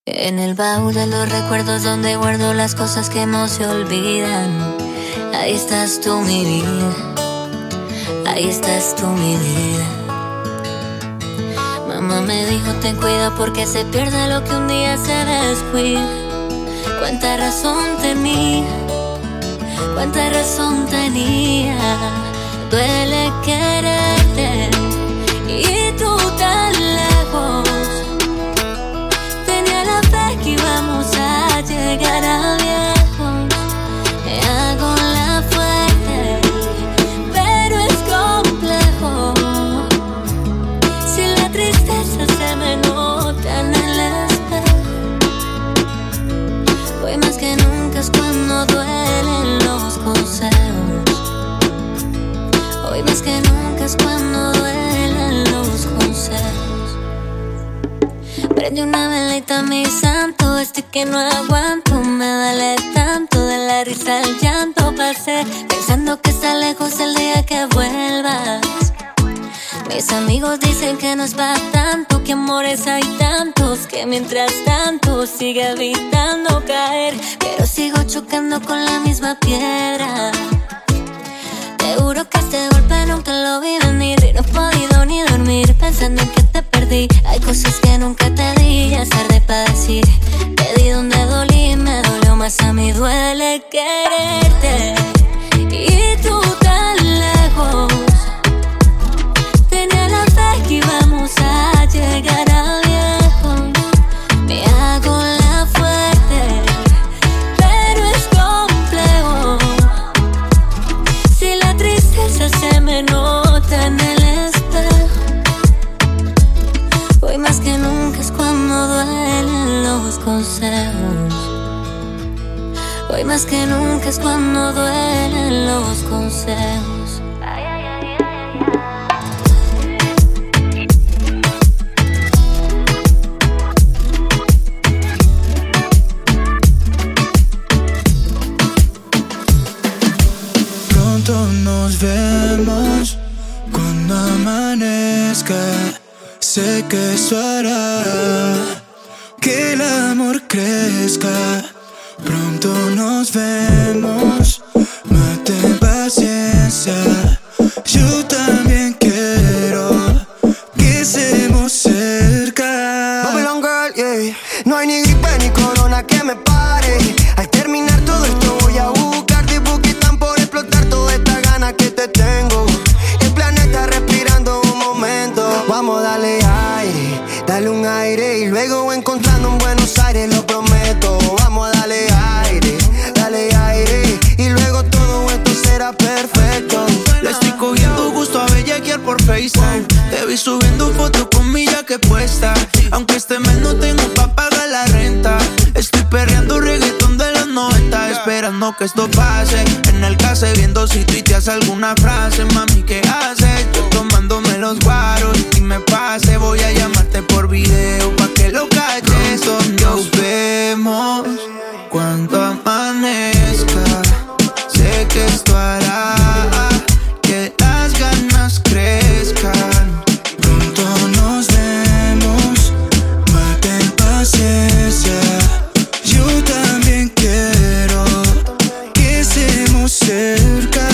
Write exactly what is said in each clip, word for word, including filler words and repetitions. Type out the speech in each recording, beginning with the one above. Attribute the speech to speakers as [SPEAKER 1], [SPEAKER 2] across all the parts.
[SPEAKER 1] En el baúl de los recuerdos donde guardo las cosas que no se olvidan. Ahí estás tú, mi vida. Ahí estás tú, mi vida. Mamá me dijo, ten cuidado porque se pierde lo que un día se descuida. Cuánta razón tenía, cuánta razón tenía. Duele quererte y tú tan lejos. Tenía la fe que íbamos a llegar a viejos. Me hago la fuerte, pero es complejo. Si la tristeza se me nota en el espejo. Hoy más que nunca es cuando duelen los consejos. Hoy más que nunca es cuando duelen los consejos. Prende una velita a mi santo, estoy que no aguanto. Me duele tanto, de la risa al llanto pasé, pensando que está lejos el día que vuelvas. Mis amigos dicen que no es para tanto, que amores hay tantos, que mientras tanto sigue evitando caer, pero sigo chocando con la misma piedra. Te juro que este golpe nunca lo vi venir, y no he podido ni dormir pensando en que te perdí. Hay cosas que nunca te di, ya es tarde para decir. Te di donde dolí, me dolió más a mí. Duele quererte y tú tan lejos. Tenía la fe que íbamos a llegar a viejos. Me hago la fuerte, pero es complejo. Si la tristeza se me nota en el espejo. Hoy más que nunca es cuando duelen los consejos. Hoy más que nunca es cuando duelen los consejos.
[SPEAKER 2] Pronto nos vemos cuando amanezca. Sé que eso hará que el amor crezca. Pronto nos vemos, mate paciencia. Yo también quiero que estemos cerca.
[SPEAKER 3] Babylon Girl, yeah. No hay ni gripe ni corona que me pare. Al terminar todo esto voy a buscarte, porque están por explotar toda esta gana que te tengo. El planeta respirando un momento. Vamos a darle aire, dale un aire, y luego encontrando en Buenos Aires, lo prometo. Vamos a darle aire, dale aire, y luego todo esto será perfecto.
[SPEAKER 2] Le estoy cogiendo gusto a bellaquear por FaceTime. Te vi subiendo fotos con mi jaque puesta. Aunque este mes no tengo pa' pagar la renta, estoy perreando reggaetón de los noventa, esperando que esto pase. En el case viendo si tuiteas alguna frase. Mami, ¿qué haces? Yo tomándome los guaros y me pase. Voy a llamarte por video pa' que lo caches. Nos vemos cuando amanezca. Sé que esto hará que las ganas crezcan. Pronto nos vemos, maten paciencia. Yo también quiero que estemos cerca.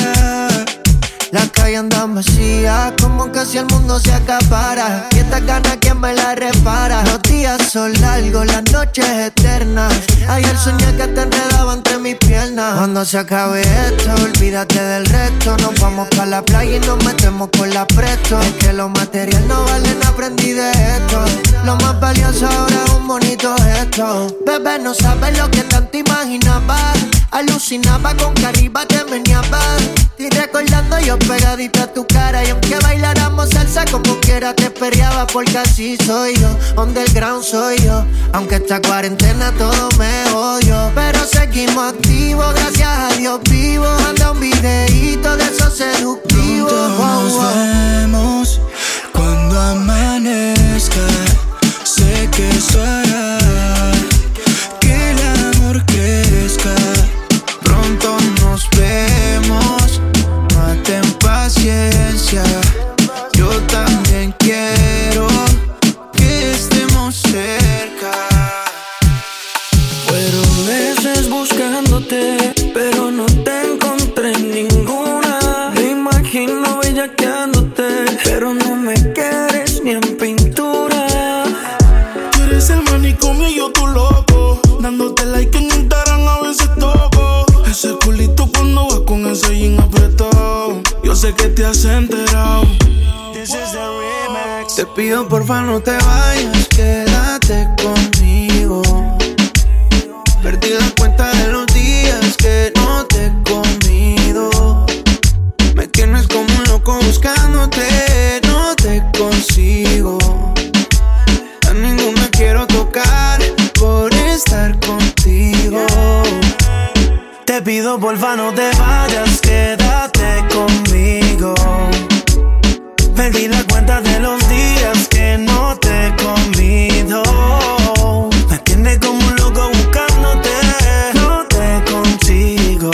[SPEAKER 3] La calle anda vacía, como que si el mundo se acapara. Y esta gana, ¿quién me la repara? Los días son largos, las noches eternas. Ayer soñé que te enredaba entre mis piernas. Cuando se acabe esto, olvídate del resto. Nos vamos pa' la playa y nos metemos con la presto. Es que los materiales no valen, aprendí de esto. Lo más valioso ahora es un bonito gesto. Bebé, no sabes lo que tanto imaginaba. Alucinaba con que arriba te meneabas. Y recordando yo pegadita a tu cara. Y aunque bailáramos salsa como quiera te perreaba, porque así soy yo, underground soy yo. Aunque esta cuarentena todo me odio, pero seguimos activos, gracias a Dios vivo. Manda un videíto de esos seductivos.
[SPEAKER 2] Pronto nos wow, wow. vemos cuando amanezca. Sé que eso hará que el amor crezca. Pronto nos vemos, maten paciencia. Yo también quiero que estemos cerca. buscándote, pero no te encontré ninguna. Me imagino bellaqueándote, pero no me quieres ni en pintura.
[SPEAKER 4] Tú eres el manicomio y yo tu loco, dándote like en Instagram a veces toco. Ese culito cuando vas con ese jean apretado, yo sé que te has enterado. This is the remix.
[SPEAKER 2] Te pido porfa no te vayas, quédate conmigo. Perdí la cuenta de los días que no te he comido. Me tienes como un loco buscándote, no te consigo. A ninguna quiero tocar por estar contigo. Te pido porfa no te vayas, quédate conmigo. Perdí la cuenta de los días que no te he comido. Me tienes como un loco buscándote, no te consigo.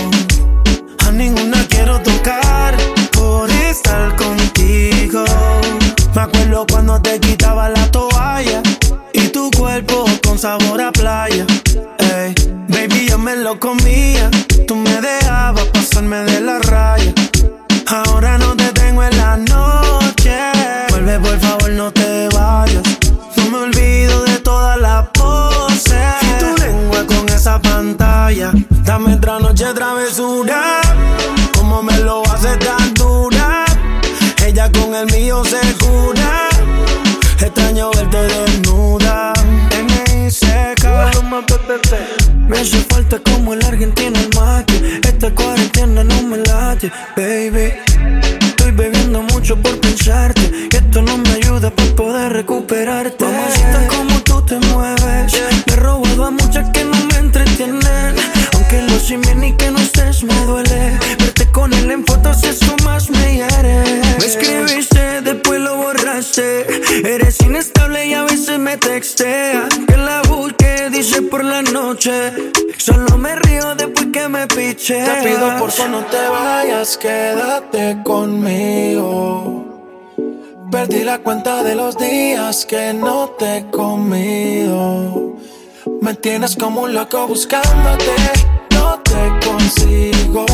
[SPEAKER 2] A ninguna quiero tocar por estar contigo. Me acuerdo cuando te quitaba la toalla y tu cuerpo con sabor a playa. Ey, baby, yo me lo comía, tú me dejabas pasarme de la raya. Ahora no te tengo en la noche. Vuelve por favor, no te vayas. No me olvido de todas las poses y tu lengua con esa pantalla. Dame otra noche travesura, como me lo hace tan dura. Ella con el mío se cura. Extraño verte desnuda. N I C K. Me hace falta como el argentino el mate. Esta cuarentena no me late, baby. Estoy bebiendo mucho por pensarte, y esto no me ayuda para poder recuperarte. Mamacita, como tú te mueves, me he robado a muchas que no me entretienen. Aunque lo sin bien y que no estés me duele. Verte con él en fotos, eso más me hiere. Me escribiste, después lo borraste. Eres inestable y a veces me texteas. Que la busque, dice por la noche. Solo me río después que me picheas. Te pido por favor no te vayas, quédate conmigo. Perdí la cuenta de los días que no te he comido. Me tienes como un loco buscándote, no te consigo.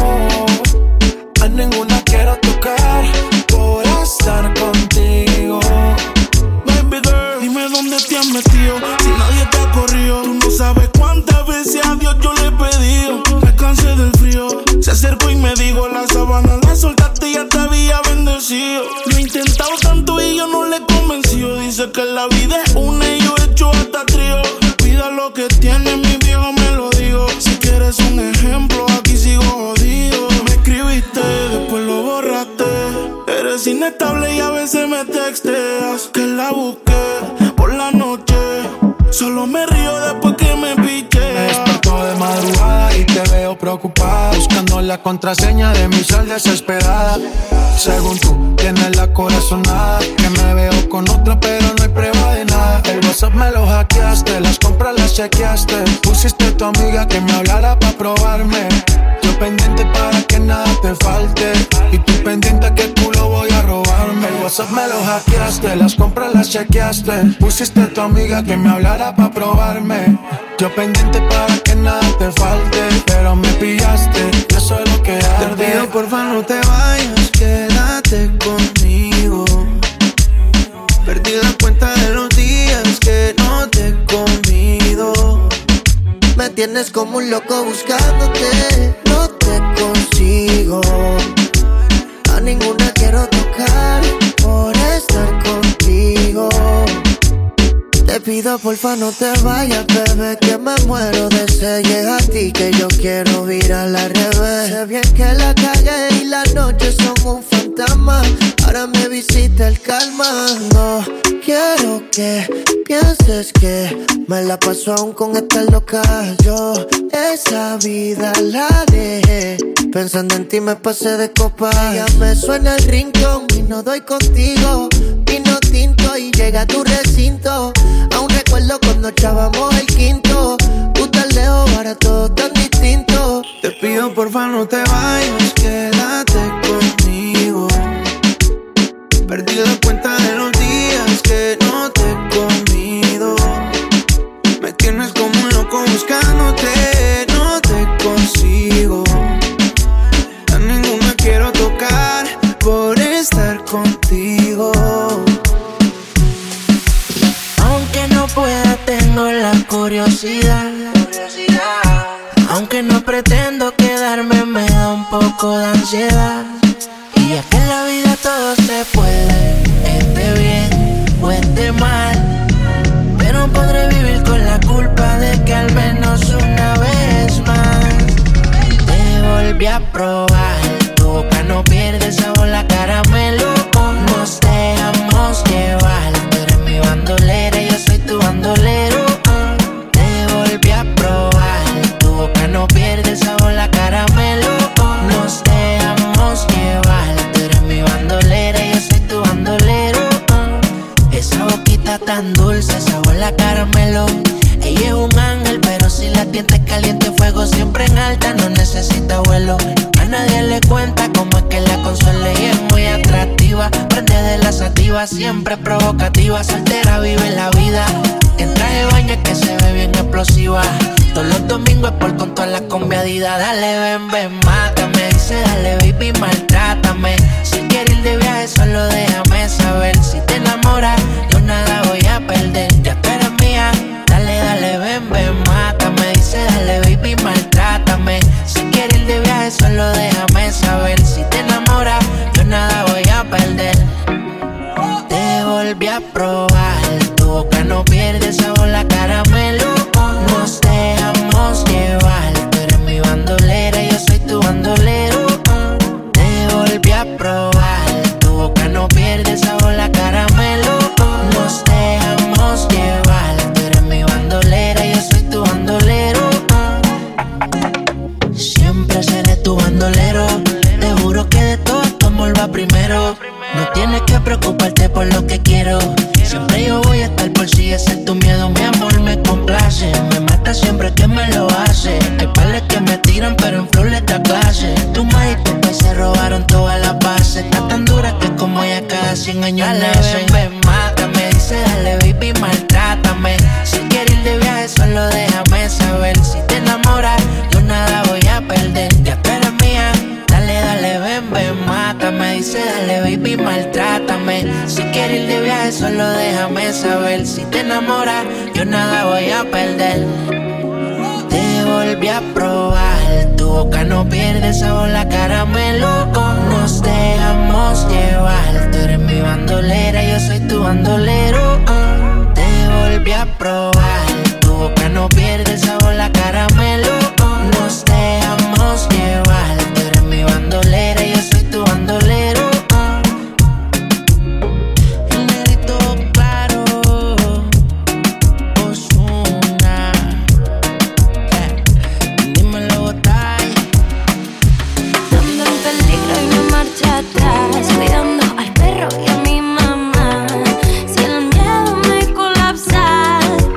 [SPEAKER 2] A ninguna quiero tocar por estar contigo.
[SPEAKER 4] Baby girl, dime dónde te has metido, si nadie te ha corrido. Tú no sabes cuántas veces a Dios yo le he pedido. Me cansé del frío, se acercó y me dijo: la sábana la soltaste y ya te había bendecido. Lo he intentado tanto y yo no le he convencido. Dice que la vida es una y yo he hecho hasta trío. Cuida lo que tienes, mi viejo me lo digo. Si quieres un ejemplo, aquí sigo jodido. Me escribiste, después lo borraste. Eres inestable y a veces me texteas. Que la busqué por la noche, solo me río después que me piché.
[SPEAKER 2] Me despertó de madrugada y te veo preocupada, buscando la contraseña de mi sal desesperada. Según tú, tienes la corazonada, que me veo con otra pero no hay prueba de nada. El WhatsApp me lo hackeaste, las compras las chequeaste. Pusiste a tu amiga que me hablara pa' probarme. Yo pendiente para que nada te falte, y tú pendiente que tú lo voy a robarme. El WhatsApp me lo hackeaste, las compras las chequeaste. Pusiste a tu amiga que me hablara pa' probarme. Yo pendiente para que nada te falte, pero me pillaste, y eso es lo que arde. Te pido porfa no te vayas, quédate conmigo. Perdí la cuenta de los días que no te he comido.
[SPEAKER 3] Me tienes como un loco buscándote, no te consigo. A ninguna quiero tocar por estar contigo. Te pido porfa no te vayas, bebé, que me muero de sed. Llega a ti que yo quiero virar al revés. Sé bien que la cagué y las noches son un fantasma. Ahora me visita el calma. No quiero que pienses que me la paso aún con esta loca. Yo esa vida la dejé, pensando en ti me pasé de copa. Ya me suena el rincón y no doy contigo. Vino tinto y llega a tu recinto. Aún recuerdo cuando echábamos el quinto. Tú tan lejos, ahora todo tan distinto.
[SPEAKER 2] Te pido porfa no te vayas, quédate conmigo. Perdí la cuenta de los días que no te he comido. Me tienes como un loco buscándote, no
[SPEAKER 3] curiosidad. Aunque no pretendo quedarme, me da un poco de ansiedad. Y es que en la vida todo se puede, esté bien o esté mal, pero podré vivir con la culpa de que al menos una vez más te volví a probar. Tu boca no pierde sabor, la caramelo. Nos dejamos llevar. Tú eres mi bandolera y yo soy tu bandolero. Te volví a probar. Tu boca no pierde sabor, la caramelo. Nos dejamos llevar. Tú eres mi bandolera y yo soy tu bandolero. Esa boquita tan dulce, sabor la caramelo. Ella es un ángel, pero si la tienta es caliente, fuego siempre en alta, no necesita vuelo. A nadie le cuenta cómo es que la consuela y es muy atractiva. Prende de la sativa, siempre provocativa, soltera vive la vida. En traje de baño es que se ve bien explosiva. Todos los domingos es por con todas las combiadidas. Dale, ven, ven, mátame. Dice, dale, baby, maltrátame. Si quieres ir de viaje, solo déjame saber. Si te enamoras, yo nada voy a perder. Ya tú eres mía. Dale, dale, ven, ven, mátame. Dice, dale, baby, maltrátame. Si quieres ir de viaje, solo déjame saber. Si te enamoras, yo nada voy a perder. Te volví a probar. Tu boca no pierde sabor, la caramelo. Nos dejamos llevar. Tú eres mi bandolera y yo soy tu bandolero. Te volví a probar. Tu boca no pierde sabor, la caramelo. Nos dejamos llevar. Tú eres mi bandolera y yo soy tu bandolero. Siempre seré tu bandolero. Te juro que de todo tu amor va primero. No tienes que preocuparte por lo que quiero. Siempre yo voy a estar por si ese es tu miedo. Mi amor me complace. Me mata siempre que me lo hace. Hay pales que me tiran pero en flow les da clase. Tu maíz y tu país se robaron todas las bases. Está tan dura que como ella cada cien años nace. Ven, ven, mátame. Dice dale baby, maltrátame. Si quieres ir de viaje solo déjame saber. Si te enamoras yo nada voy a perder. Ya tú eres mía. Dale, dale, ven, ven, mátame. Dice dale baby, maltrátame. Si quieres ir de viaje solo déjame saber. Si te enamoras yo nada voy a perder. Te volví a probar. Tu boca no pierde sabor, la caramelo. Nos dejamos llevar. Tú eres mi bandolera, yo soy tu bandolero. Te volví a probar. Tu boca no pierde sabor, la caramelo. Nos dejamos llevar. Tú eres mi bandolera, yo soy tu bandolero. El negrito claro, Ozuna. Dímelo, Botay.
[SPEAKER 1] Ando en peligro y no marcha atrás, cuidando al perro y a mi mamá. Si el miedo me colapsa,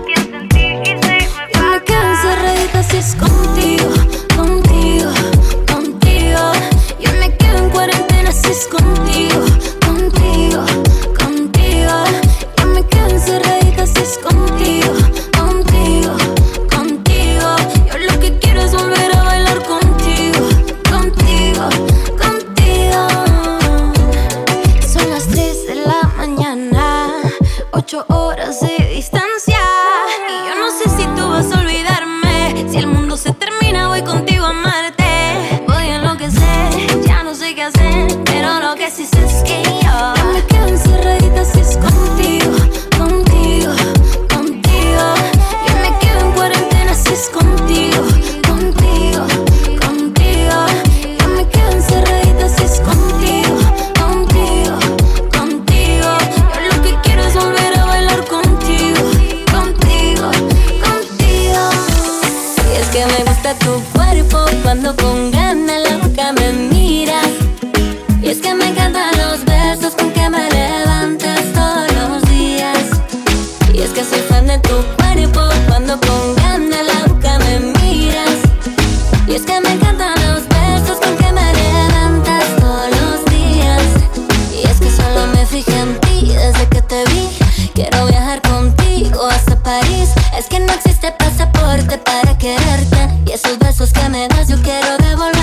[SPEAKER 1] yo me quedo encerradita si es contigo, contigo, contigo. Yo me quedo en cuarentena si es contigo, contigo, contigo. Yo me quedo encerradita si es contigo, contigo, contigo. Yo lo que quiero es volver a bailar contigo, contigo, contigo. Son las tres de la mañana, ocho horas de distancia. Y yo no sé si tú vas a olvidarme. Si el mundo se termina, voy contigo a amarte. Voy a enloquecer, ya no sé qué hacer, pero lo que sí sé es que yo, yo me quedo encerradita si es contigo, contigo, contigo. Yo me quedo en cuarentena si es contigo, contigo, contigo. Yo me quedo encerradita si es contigo, contigo, contigo. Yo lo que quiero es volver a bailar contigo, contigo, contigo. Y es que me gusta tu cuerpo cuando con ganas la boca me miras. Y es que me encantan los besos con que me levantas todos los días. Y es que soy fan de tu cuerpo cuando con ganas la boca me miras. Y es que me encantan los besos con que me levantas todos los días. Y es que solo me fijé en ti desde que te vi. Quiero viajar contigo hasta París. Es que no existe pasaporte para quererte. Y esos besos que me das yo quiero devolver.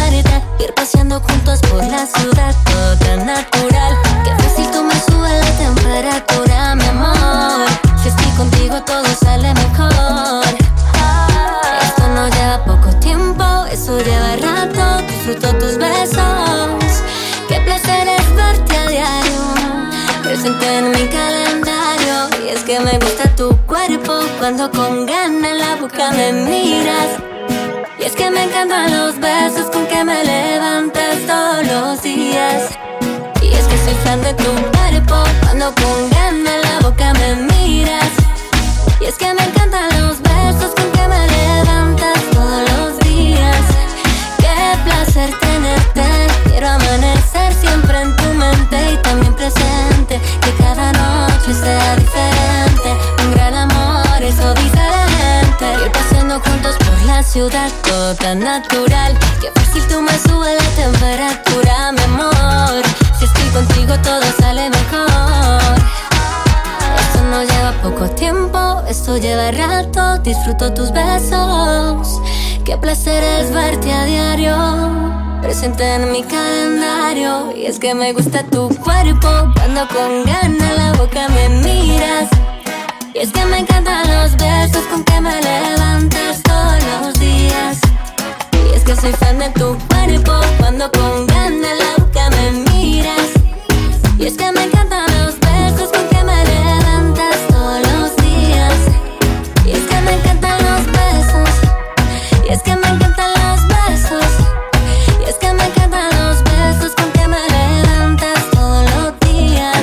[SPEAKER 1] cuando con ganas la boca me miras. Y es que me encantan los besos con que me levantas todos los días. Y es que soy fan de tu cuerpo cuando con ganas la boca me miras. Y es que me encantan los besos con que me levantas todos los días. Qué placer tenerte, quiero amanecer siempre en tu mente y también presente. Que cada noche sea diferente, un gran amor, eso dice la gente. Ir paseando juntos por la ciudad, todo tan natural. Qué fácil tú me subes la temperatura, mi amor. Si estoy contigo todo sale mejor. Esto no lleva poco tiempo, esto lleva rato. Disfruto tus besos. Qué placer es verte a diario, presente en mi calendario. Y es que me gusta tu cuerpo cuando con ganas la boca me miras. Y es que me encantan los besos con que me levantas todos los días. Y es que soy fan de tu cuerpo cuando con ganas la boca me miras. Y es que me encantan los besos con que me levantas todos los días. Y es que me encantan los besos. Y es que me encantan los besos. Y es que me encantan los besos con que me levantas todos los días.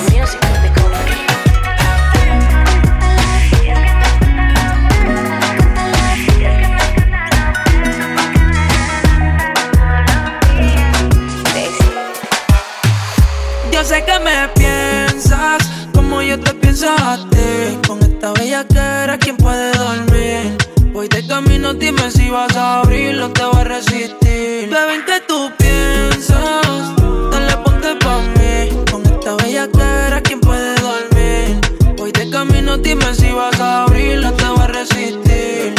[SPEAKER 2] Yo sé que me piensas como yo te pienso a ti. Con esta bellaquera, ¿quién puede dormir? Voy de camino, dime si vas a abrir o te voy a resistir. Bebé, ¿en qué tú piensas? Dale, ponte pa' mí. Con esta bellaquera, ¿quién puede dormir? Voy de camino, dime si vas a abrir o te voy a resistir.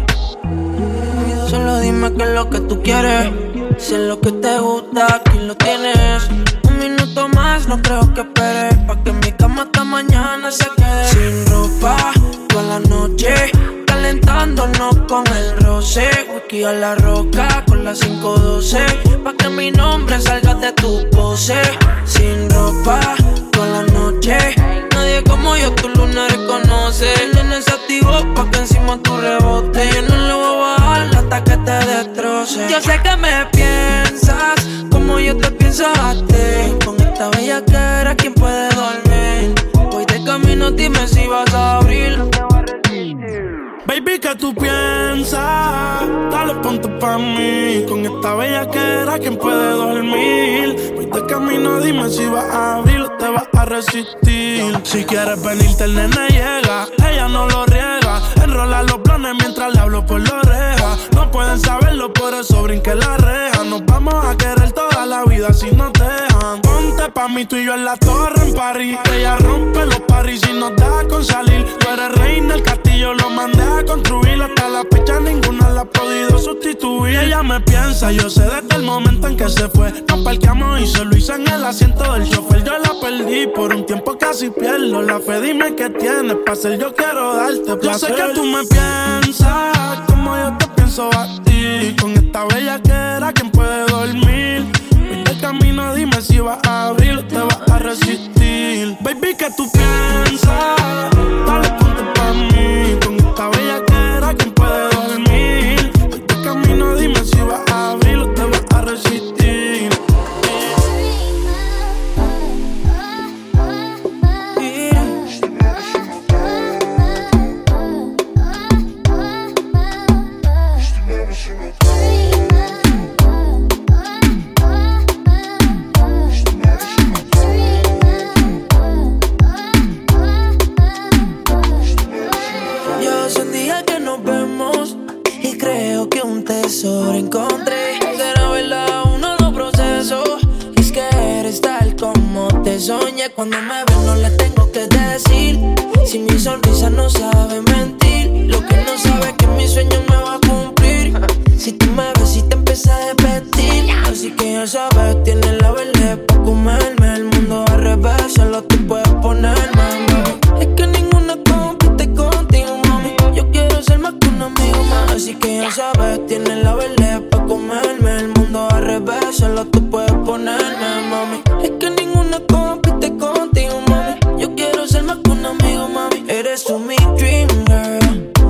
[SPEAKER 2] Solo dime qué es lo que tú quieres. Si es lo que te gusta, aquí lo tienes. Un minuto más, no creo que esperes. Pa' que mi cama hasta mañana se quede. Sin ropa, toda la noche calentándonos con el roce. Whisky a la roca con la cinco doce. Pa' que mi nombre salga de tu pose. Sin ropa, toda la noche. Nadie como yo tu luna reconoce. El nene se activó pa' que encima tu rebote. Yo no le voy a bajar hasta que te destroce. Yo sé que me piensas como yo te pienso a ti. Con esta bellaquera, ¿quién puede dormir? Voy de camino, dime si vas a abrir.
[SPEAKER 4] Baby, ¿qué tú piensas? Dale, ponte pa' mí. Con esta bellaquera, ¿quién puede dormir? Voy de camino, dime si vas a abrir o te vas a resistir. Si quieres venirte, el nene llega. Ella no lo riega. Enrola los planes mientras le hablo por la oreja. No pueden saberlo, por eso brinqué la reja. Nos vamos a querer toda la vida si nos dejan. Ponte pa' mí, tú y yo en la torre en París. Ella rompe los paris y nos da con salir. Tú eres reina del castillo, lo mandé a construir. Hasta la fecha ninguna la ha podido sustituir. Ella me piensa, yo sé desde el momento en que se fue. Nos parqueamos y se lo hice en el asiento del chofer. Yo la perdí, por un tiempo casi pierdo la fe. Dime qué tienes pa' hacer, yo quiero darte placer. Yo sé que tú me piensas como yo te pienso a ti. Con esta bellaquera, ¿quién puede dormir? Voy de camino, dime si vas a abrir o te vas a resistir. Baby, ¿qué tú piensas? Dale, ponte pa' mí. Con esta bellaquera, ¿quién puede dormir? Voy de camino, dime si vas a abrir o te vas a resistir.
[SPEAKER 2] Tesoro encontré, será verdad uno de los procesos. Y es que eres tal como te soñé. Cuando me ves no le tengo que decir. Si mi sonrisa no sabe mentir, lo que no sabe es que mi sueño me va a cumplir. Si tú me ves y te empieza a repetir, así que ya sabes, tienes la verde pa' comerme. El mundo al revés, solo tú puedes ponerme, mami. Es que ninguna compite contigo, mami. Yo quiero ser más que un amigo más. Así que ya sabes, tienes la verde pa' comerme. El mundo al revés, solo tú puedes ponerme, mami. Es que ninguna compite contigo, mami. Yo quiero ser más que un amigo, mami. Eres tú mi dream girl.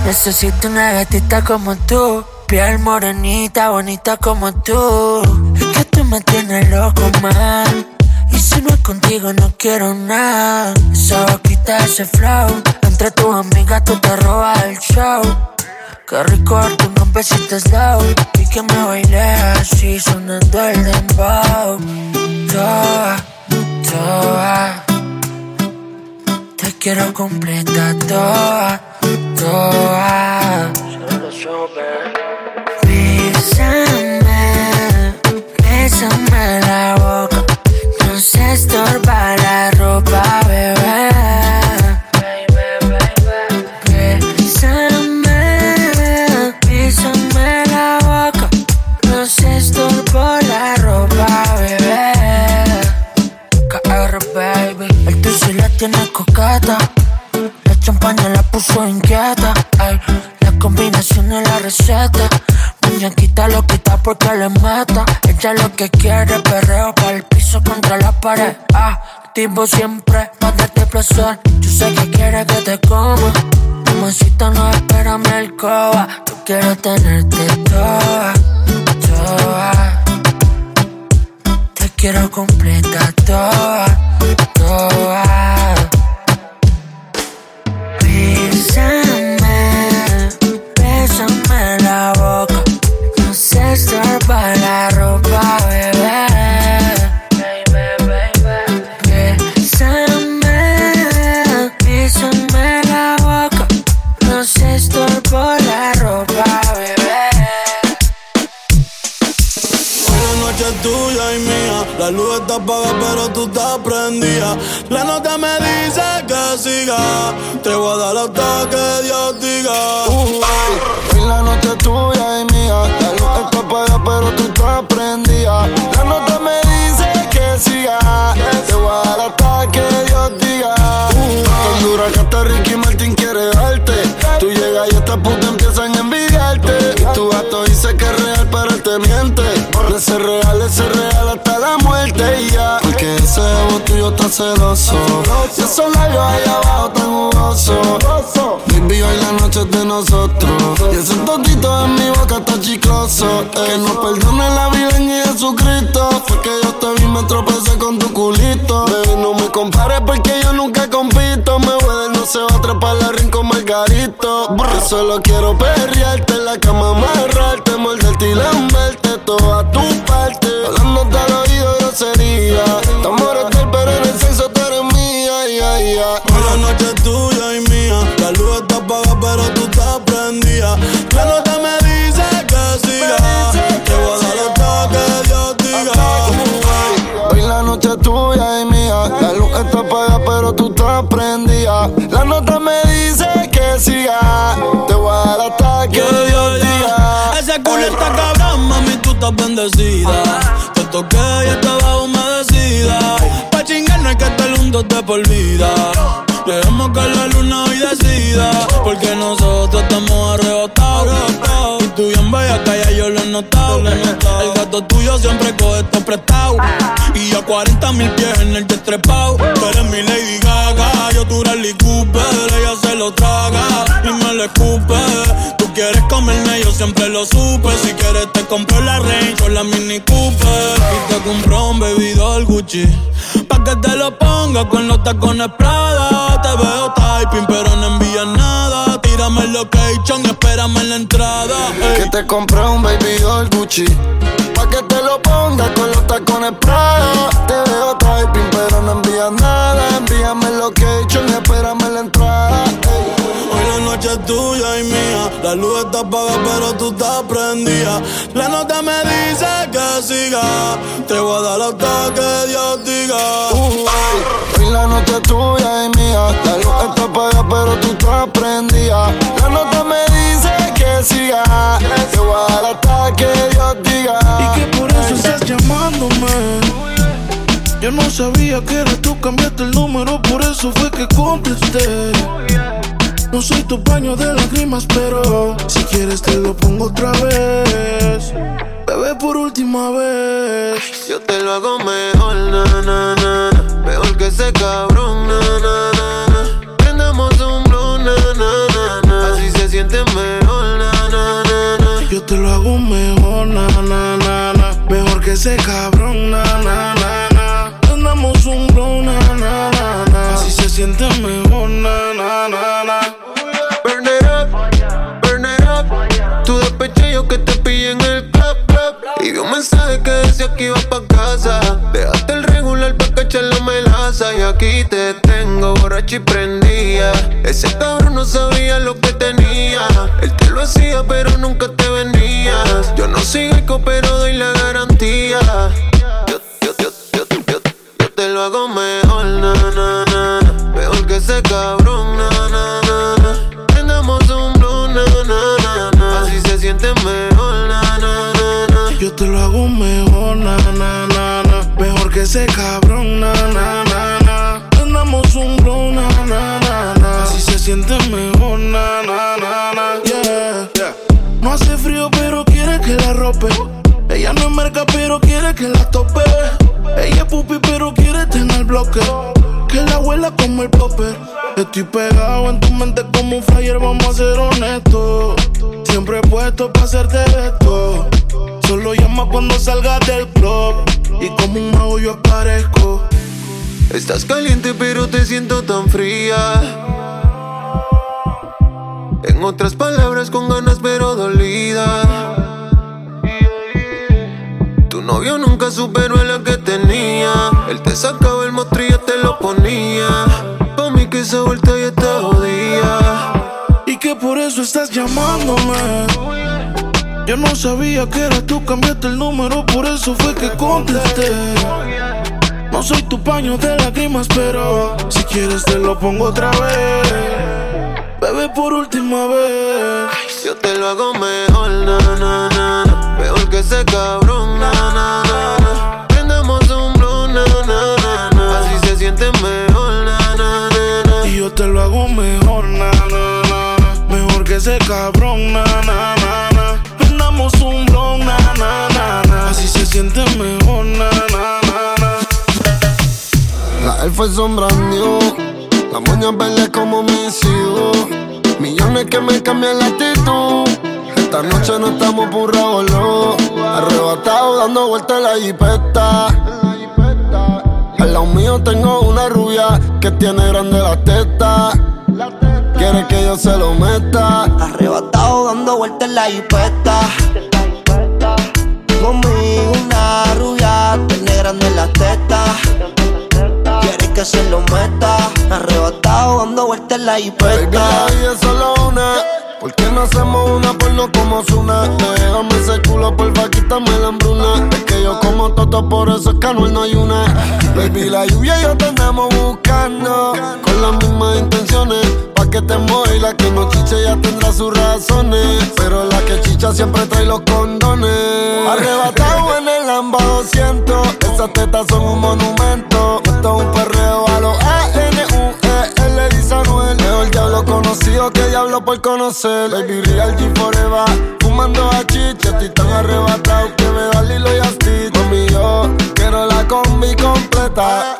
[SPEAKER 5] Necesito una gatita como tú, piel morenita, bonita como tú. Es que tú me tienes loco, man. Y si no es contigo no quiero nada. Esa boquita, ese flow, entre tus amigas tú te robas el show. Qué rico darte unos besitos slow y que me bailes así sonando el dembow. Toa, toa, te quiero completa toa, toa. Bésame, bésame la boca, no se estorba la ropa, bebé. Bésame, bésame la boca, no se estorba la ropa, bebé. K R, baby, el tuyo la tiene coqueta, la champaña la puso inquieta, ay. La combinación es la receta. Muñequita lo quita porque le mata. Ella lo que quiere, perreo pa'l piso contra la pared. Ah, activo siempre pa' darte placer. Yo sé que quiere que te coma. Mamacita, no espérame el coba. Yo quiero tenerte toda, toda. Te quiero completa toda, toda. Bésame, bésame la boca, no se estorba la ropa, bebé. Bésame, bésame la boca, no se estorba la ropa, bebé.
[SPEAKER 4] Hoy la noche es tuya y mía, la luz está apagada pero tú estás prendida. La nota me dice que siga, te voy a dar hasta que Dios diga.
[SPEAKER 6] Uh, hoy la noche es tuya y mía, la luz está apagada pero tú estás prendida. La nota me dice que siga, te voy a dar hasta que Dios diga. Uh, tan dura que hasta Ricky Martin quiere darte. Tú llegas y estas putas empiezan a envidiarte. Y tu gato dice que es real pero él te miente. De ser real, de ser real hasta la muerte y ya. Porque ese ego tuyo está celoso y esos labios allá abajo tan jugosos. Baby, hoy la noche es de nosotros y ese totito en mi boca está chicloso. Que nos perdone la vida en Jesucristo. Fue que yo te vi, me tropecé con tu culito. Baby, no me compares porque yo nunca compito. Me voy no se va a trepar la rin con Margarito. Yo solo quiero perrearte en la cama, amarrarte, morderte y lamberte toda tu parte. Hablándote al oído grosería. Estamos mortal pero en el sexo tú eres mía, ya, ya.
[SPEAKER 4] Hoy la noche es tuya y mía, la luz está apagada pero tú estás prendida. La nota me dice que siga, te voy a dar hasta que Dios diga.
[SPEAKER 6] Hoy la noche es tuya y mía, la luz está apagada pero tú estás prendida. La nota me dice que siga, te voy a dar hasta que
[SPEAKER 4] Yeah,
[SPEAKER 6] Dios
[SPEAKER 4] yeah,
[SPEAKER 6] diga.
[SPEAKER 4] yeah. Ese culo está cabrón, mami, tú estás bendecida. Te toqué y estaba humedecida. Pa' chingar no hay que estar juntos de por vida. Dejemos que la luna hoy decida, porque nosotros estamos arrebatados. Y tú bien bella, que ya yo lo he notado. El gato tuyo siempre coge esto prestado. Y yo cuarenta mil pies en el jet trepao. Tú eres mi Lady Gaga, yo tu Rally Cooper. Ella se lo traga y me lo escupe. Tú quieres comerme, yo siempre lo supe. Si quieres te compro la Range o la Mini Cooper. Y te compro un baby doll Gucci, pa' que te lo ponga con los tacones Prada. Te veo typing pero no envías nada. Tírame el location y espérame en la entrada. Ey.
[SPEAKER 6] Que te compré un baby doll Gucci, pa' que te lo pongas con los tacones Prada. Te veo typing pero no envías nada. Envíame el location y espérame en la entrada. Ey.
[SPEAKER 4] Hoy la noche es tuya y mía, la luz está apagada pero tú estás prendida. La nota me dice que siga, te voy a dar hasta que Dios diga.
[SPEAKER 6] Uh, hoy la noche es tuya y mía, la luz está apagada pero tú estás prendida. La nota me dice que siga, te voy a dar hasta que Dios diga.
[SPEAKER 4] Y que por eso estás llamándome. Yo no sabía que era tú, cambiaste el número, por eso fue que contesté. No soy tu paño de lágrimas, pero si quieres te lo pongo otra vez. Bebé, por última vez.
[SPEAKER 7] Yo te lo hago mejor, na, na, na, na. Mejor que ese cabrón, na, na, na, na. Prendamos un blue, na, na, na, na. Así se siente
[SPEAKER 4] ese cabrón, na, na, na, na. Prendamos un blow, na, na, na, na. Así se siente mejor, na, na, na, na.
[SPEAKER 7] Burn it up, burn it up. Tu despeche yo que te pillé en el club, club. Y vi un mensaje que decía que iba pa' casa. Dejaste el regular pa' cachar la melaza. Y aquí te tengo borracho y prendía. Ese cabrón no sabía lo que tenía. Él te lo hacía pero nunca te venías. Yo no soy rico pero doy la garantía. Yo, yo, yo, yo, yo, yo te lo hago mejor, na, na, na. Mejor que ese cabrón, na, na, na, na. Prendamos un blue, na, na, na, na. Así se siente mejor, na, na, na, na.
[SPEAKER 4] Yo te lo hago mejor, na, na, na, na. Mejor que ese cabrón, na, na, na, na. Prendamos un blue, na, na, na, na. Así se siente mejor, na, na, na, na. Yeah, yeah. No hace frío pero quiere que la rope. Ella no es merca pero quiere que la tope. Ella es pupi pero quiere tener bloque. Que la abuela como el popper. Estoy pegado en tu mente como un flyer, vamos a ser honestos. Siempre he puesto pa' hacerte esto. Solo llama cuando salgas del club. Y como un mago yo aparezco.
[SPEAKER 7] Estás caliente pero te siento tan fría. En otras palabras con ganas pero dolida. Tu novio nunca superó a la que tenía. Él te sacaba el mostrillo, te lo ponía. Pa' mí que esa vuelta ya te jodía.
[SPEAKER 4] Y que por eso estás llamándome. Yo no sabía que eras tú, cambiaste el número, por eso fue que contesté. No soy tu paño de lágrimas, pero si quieres te lo pongo otra vez. Bebé, por última vez.
[SPEAKER 7] Yo te lo hago mejor, na, na, na, na. Mejor que ese cabrón, na, na, na, na. Prendamos un blue, na, na, na, na. Así se siente mejor, na, na, na, na.
[SPEAKER 4] Y yo te lo hago mejor, na, na, na. Mejor que ese cabrón, na, na, na, na. Prendamos un blue, na, na, na, na. Así se siente mejor, na, na, na, na.
[SPEAKER 6] La elfa es sombra new. La moña verde como mis hijos. Millones que me cambian la actitud. Esta noche no estamos por revolú. Arrebatado dando vueltas en la jipeta. Al lado mío tengo una rubia que tiene grande la teta. Quiere que yo se lo meta.
[SPEAKER 3] Arrebatado dando vueltas en la jipeta. Conmigo una rubia tiene grande la teta. Quiere que se lo meta. Arrebatado dando vueltas en la jipeta.
[SPEAKER 6] Baby, la vida es solo una. ¿Por qué no hacemos una porno como Zuna? Déjame ese culo, porfa, quítame la hambruna. Es que yo como toto, por eso es que Anuel no hay una. Baby, la lluvia y yo te andamos buscando con las mismas intenciones. Pa' que te mueva y la que no chiche ya tendrá sus razones. Pero la que chicha siempre trae los condones. Arrebatado en el Lamba doscientos. Esas tetas son un monumento. Esto es un perreo a los A N U E L, dice Anuel. Mejor diablo conocido que diablo por conocer. Baby, real G forever. Fumando a chicha, estoy tan arrebatado que me da Lilo y Stitch. Mami, yo quiero la combi completa.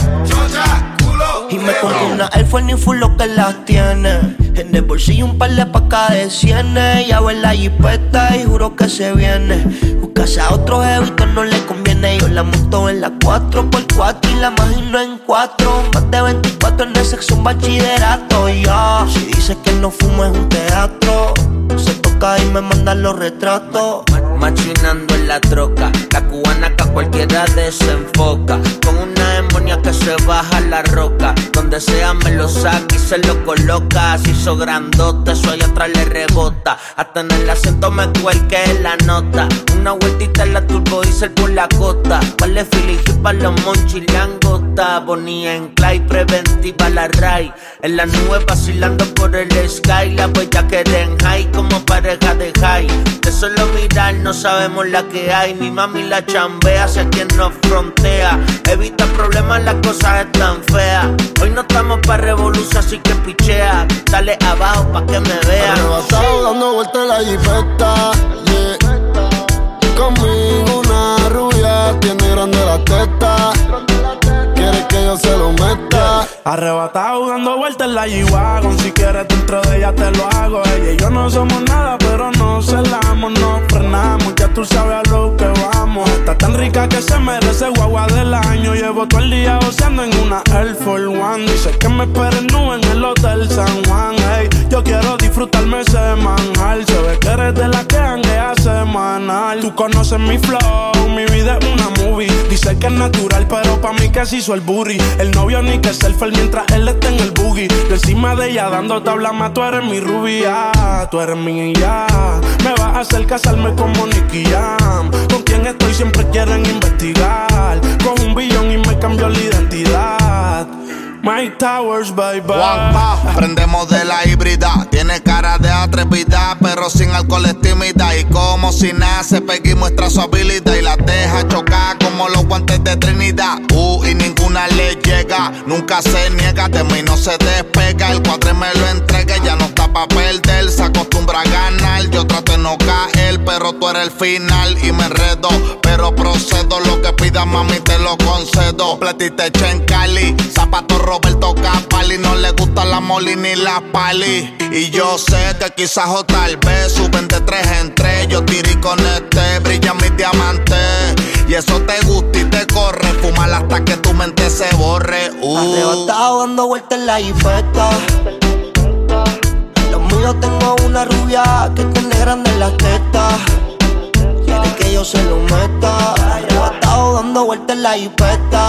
[SPEAKER 3] Y me compré una Air Force ni full lo que las tiene. En el bolsillo un par de pacas de cienes. Ya ve la jipeta y juro que se viene. Buscase a otro jevito no le conviene. Yo la monto en la cuatro por cuatro y la imagino en cuatro. Más de veinticuatro en el sexo, un bachillerato. Y yo, si dices que no fumo es un teatro. Se toca y me mandan los retratos.
[SPEAKER 8] Machinando en la troca, la cubana que a cualquiera desenfoca. Con una demonia que se baja la roca. Donde sea me lo saca y se lo coloca. Así hizo grandote, eso allá atrás le rebota. Hasta en el acento me cuelque la nota. Una vueltita en la turbo diesel por la costa. Vale filijí pa' los monchis langota. Bonía en Clay, preventiva la Ray. En la nube vacilando por el sky. La huella que en high como pareja de high. De solo mirar no sabemos la que hay. Mi mami la chambea hacia quien nos frontea. Evita problemas, las cosas están feas. Hoy no estamos pa' revolución, así que pichea. Dale abajo pa' que me vean.
[SPEAKER 6] Arrebatado dando vueltas en la jipeta, yeah. Conmigo una rubia tiene grande la teta. Quiere que yo se lo meta.
[SPEAKER 4] Arrebatado dando vueltas en la G-Wagon. Si quieres dentro de ella te lo hago. Ella y yo no somos nada, pero no celamos, no frenamos. Ya tú sabes a lo que vamos. Está tan rica que se merece guagua del año. Llevo todo el día oceando en una Air Force One. Dice que me esperen nu en el Hotel San Juan. Hey, yo quiero disfrutarme semanal. Se ve que eres de la que janguea semanal. Tú conoces mi flow, mi vida es una movie. Dice que es natural, pero pa' mí que se hizo el booty. El novio ni que selfie mientras él está en el boogie. Yo encima de ella dando tabla más, tú eres mi rubia. Tú eres mi ya. Me vas a hacer casarme como Nicky Jam. Con quien estoy siempre quieren investigar. Con un billón y me cambió la identidad. Mike Towers, bye bye.
[SPEAKER 9] Juanpa, prendemos de la híbrida. Tiene cara de atrevida, pero sin alcohol es tímida. Y como si nace, Peggy muestra su habilidad y la deja chocar como los guantes de Trinidad. Uh, y ninguna le llega, nunca se niega, de mí no se despega. El cuadre me lo entrega, ya no está pa' perder. Se acostumbra a ganar, yo trato de no caer, pero tú eres el final y me enredo. Pero procedo, lo que pidas mami te lo concedo. Platiste en Cali, zapatos Roberto Capali, no le gusta la Molly ni la Pali. Y yo sé que quizás o tal vez suben de tres en tres. Yo tiré con este, brillan mis diamantes. Y eso te gusta y te corre. Fumar hasta que tu mente se borre. uh.
[SPEAKER 3] Arrebatado dando vueltas en la jipeta. Los míos tengo una rubia que tiene grandes las tetas. Quiere que yo se lo meta. Arrebatado dando vueltas en la jipeta.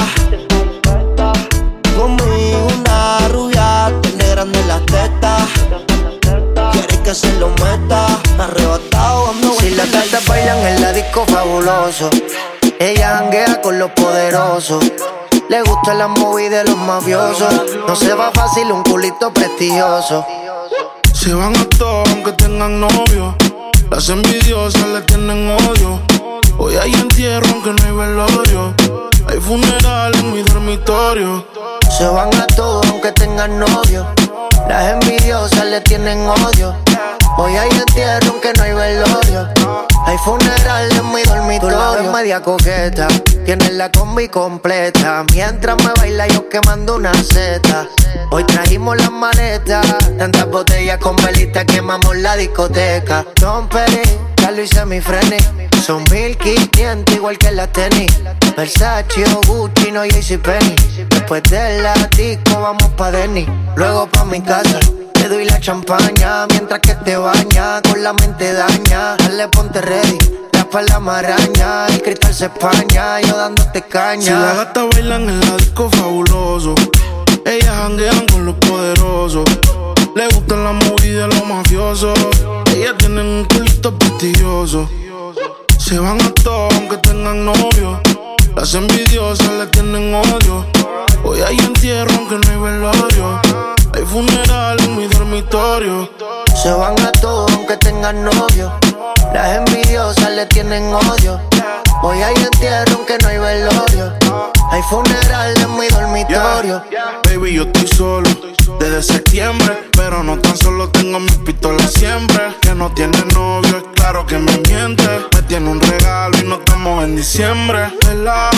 [SPEAKER 3] Conmigo una rubia tiene grandes las tetas. Quiere que se lo meta. Arrebatado dando vueltas. Si las gatas bailan en la disco fabuloso, ella janguea con los poderosos. Le gustan las movies de los mafiosos. No se va fácil un culito prestigioso.
[SPEAKER 4] Se van a todos aunque tengan novio. Las envidiosas le tienen odio. Hoy hay entierro aunque no hay velorio. Hay funeral en mi dormitorio.
[SPEAKER 3] Se van a todos aunque tengan novio. Las envidiosas le tienen odio. Hoy hay entierro aunque no hay velorio. Hay funeral en mi dormitorio. Tú la ves media coqueta, tienes la combi completa. Mientras me baila yo quemando una seta. Hoy trajimos las maletas, tantas botellas con velitas quemamos la discoteca. Don Peri, Carlos y Semifreni, son mil quinientos igual que la tenis. Versace o Gucci, no JCPenney. Después de la disco vamos pa' Denny. Luego pa' mi casa, te doy la champaña mientras que te baña. Con la mente daña, dale ponte ready. La espalda maraña, el cristal se españa. Yo dándote caña.
[SPEAKER 4] Si las gatas bailan en la disco fabuloso, ellas janguean con los poderosos. Le gustan las movies de los mafiosos. Ellas tienen un culito prestigioso. Se van a todos aunque tengan novio. Las envidiosas le tienen odio. Hoy hay entierro aunque no hay velorio. Hay funeral en mi dormitorio.
[SPEAKER 3] Se van a todos aunque tengan novio. Las envidiosas le tienen odio. Hoy hay entierro aunque no hay velorio. Hay funeral en mi dormitorio.
[SPEAKER 4] Yeah, yeah. Baby, yo estoy solo desde septiembre, pero no tan solo tengo mis pistolas siempre. Que no tiene novio, es claro que me miente. Me tiene un regalo y no estamos en diciembre. Vela,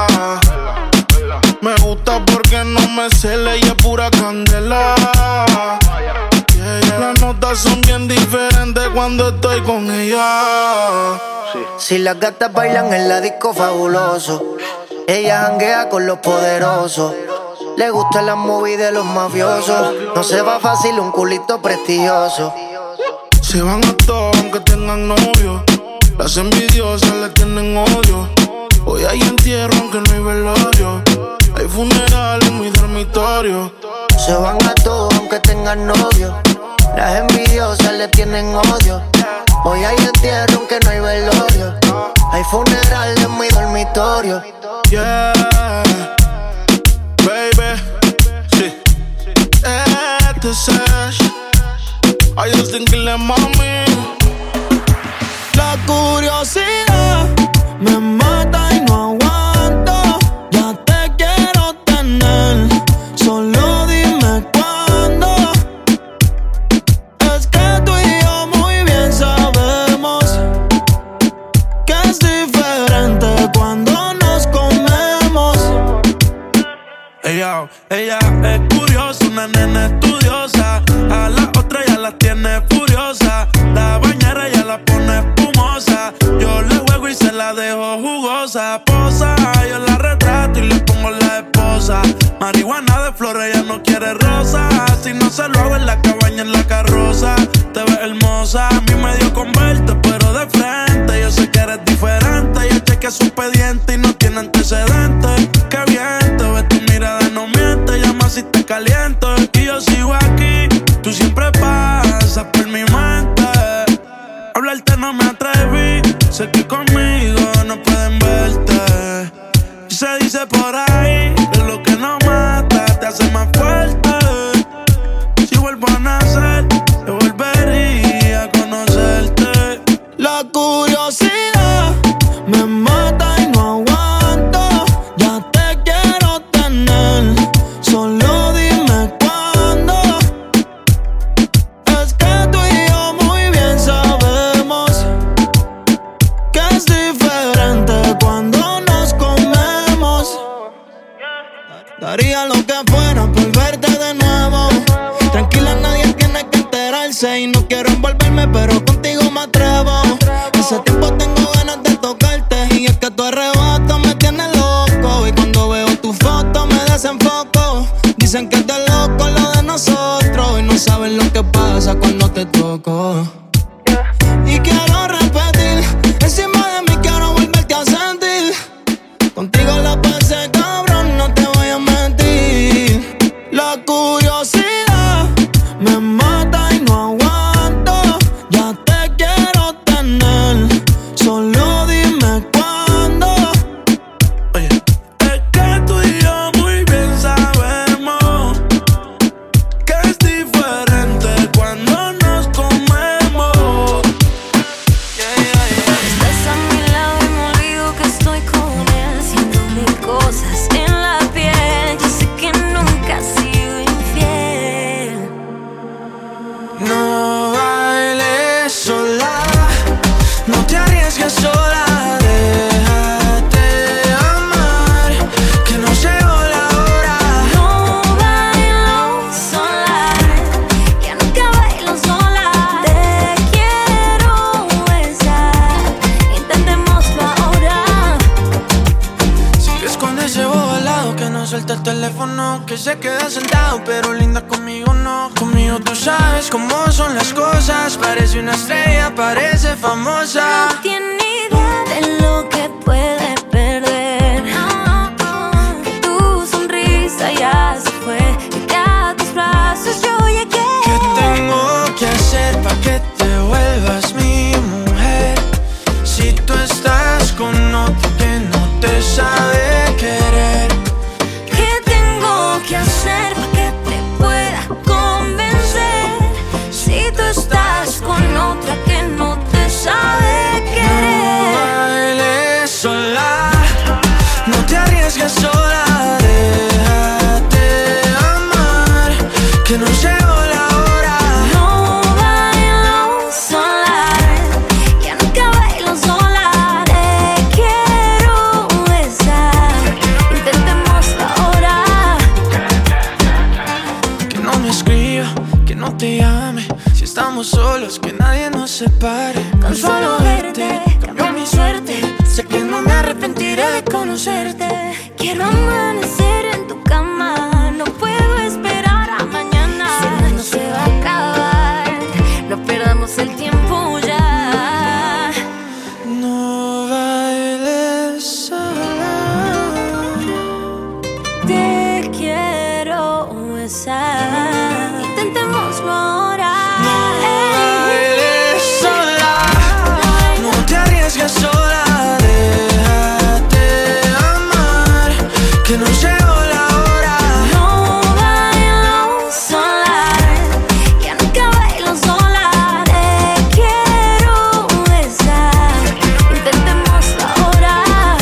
[SPEAKER 4] me gusta porque no me cele y es pura candela. Yeah, yeah. Las notas son bien diferentes cuando estoy con ella.
[SPEAKER 3] Si las gatas bailan en la disco fabuloso, ella janguea con los poderosos. Le gustan las movies de los mafiosos. No se va fácil un culito prestigioso.
[SPEAKER 4] Se van a todos aunque tengan novio. Las envidiosas le tienen odio. Hoy hay entierro aunque no hay velorio. Hay funeral en mi dormitorio.
[SPEAKER 3] Se van a todos aunque tengan novio. Las envidiosas le tienen odio. Hoy hay entierro aunque no hay velorio. Hay funeral en mi dormitorio.
[SPEAKER 4] Yeah, baby, sí. Este es Ash. I just think que le mami.
[SPEAKER 10] La curiosidad me mata y no aguanto. Ya te quiero tener, solo dime cuándo. Es que tú y yo muy bien sabemos que es diferente cuando nos comemos.
[SPEAKER 4] Ella, ella es curiosa, una nena estudiosa. A la otra ya la tiene furiosa. La bañera ya la pone espumosa. Yo le juego y se la dejo jugar. quieres rosa. Si no se lo hago en la cabaña, en la carroza. Te ves hermosa, a mí me dio con verte, pero de frente. Yo sé que eres diferente. Yo chequeé su expediente y no tiene antecedentes. Qué bien, te ves, tu mirada no miente. Llama si te caliento y yo sigo aquí. Tú siempre pasas por mi mente. Hablarte no me atreví. Sé que conmigo no pueden verte. Y se dice por ahí que lo que no mata te hace más fuerte. Si vuelvo a nacer, yo volvería a conocerte.
[SPEAKER 10] La curiosidad me mata y no aguanto. Ya te quiero tener, solo dime cuándo. Es que tú y yo muy bien sabemos que es diferente cuando nos comemos. Daría lo que fuera por verte de nuevo. Tranquila, nadie tiene que enterarse. Y no quiero envolverme, pero contigo me atrevo. Hace tiempo tengo ganas de tocarte. Y es que tu arrebato me tiene loco. Y cuando veo tu foto me desenfoco. Dicen que es de loco lo de nosotros. Y no saben lo que pasa cuando te toco. Y quiero repetir, encima de mí quiero volverte a sentir. Contigo la pasé cabrón, no te voy a mentir. La curiosidad me mata y no aguanto. Ya te quiero tener, solo dime cuándo.
[SPEAKER 4] Oye, es que tú y yo muy bien sabemos que es diferente cuando nos comemos.
[SPEAKER 1] Yeah, yeah, yeah. Estás a mi lado y me olvido que estoy con él, haciendo mil cosas en la piel. Yo sé que nunca has sido infiel.
[SPEAKER 10] No bailes sola, no te arriesgues sola. Déjate amar, que no llegó la hora.
[SPEAKER 1] No bailo sola, ya nunca bailo sola. Te quiero besar, intentémoslo ahora.
[SPEAKER 10] Sigues con ese bobo al lado que no suelta el teléfono, que se queda sentado pero linda conmigo no. Conmigo tú sabes cómo son las cosas. Parece una estrella, parece famosa.
[SPEAKER 1] No tiene idea de lo que puede perder. Que tu sonrisa ya se fue y que a tus brazos yo llegué.
[SPEAKER 10] ¿Qué tengo que hacer pa' que te vuelvas mi mujer? Si tú estás con otro que no te sabe querer.
[SPEAKER 1] ¿Qué tengo que hacer para que te pueda convencer? Si tú estás con otra que no te sabe querer.
[SPEAKER 10] No bailes sola, no te arriesgues sola. Déjate amar, que no llegó la hora.
[SPEAKER 1] No bailo sola, ya nunca bailo sola. Te quiero besar, intentémoslo ahora.
[SPEAKER 10] Que no me escriba, que no te llame. Si estamos solos, que nadie nos separe.
[SPEAKER 1] Con solo verte, cambió mi suerte.
[SPEAKER 10] Sé que no me arrepentiré de conocerte.
[SPEAKER 1] Quiero amanecer en tu cama. No puedo esperar a mañana. Si el mundo se va a acabar, no perdamos el tiempo ya.
[SPEAKER 10] No bailes sola.
[SPEAKER 1] Te quiero besar, intentémoslo ahora.
[SPEAKER 10] No bailes sola, no te arriesgues sola. Déjate amar, que no llegó la hora.
[SPEAKER 1] No bailo sola, ya nunca bailo sola. Te quiero besar, intentémoslo ahora.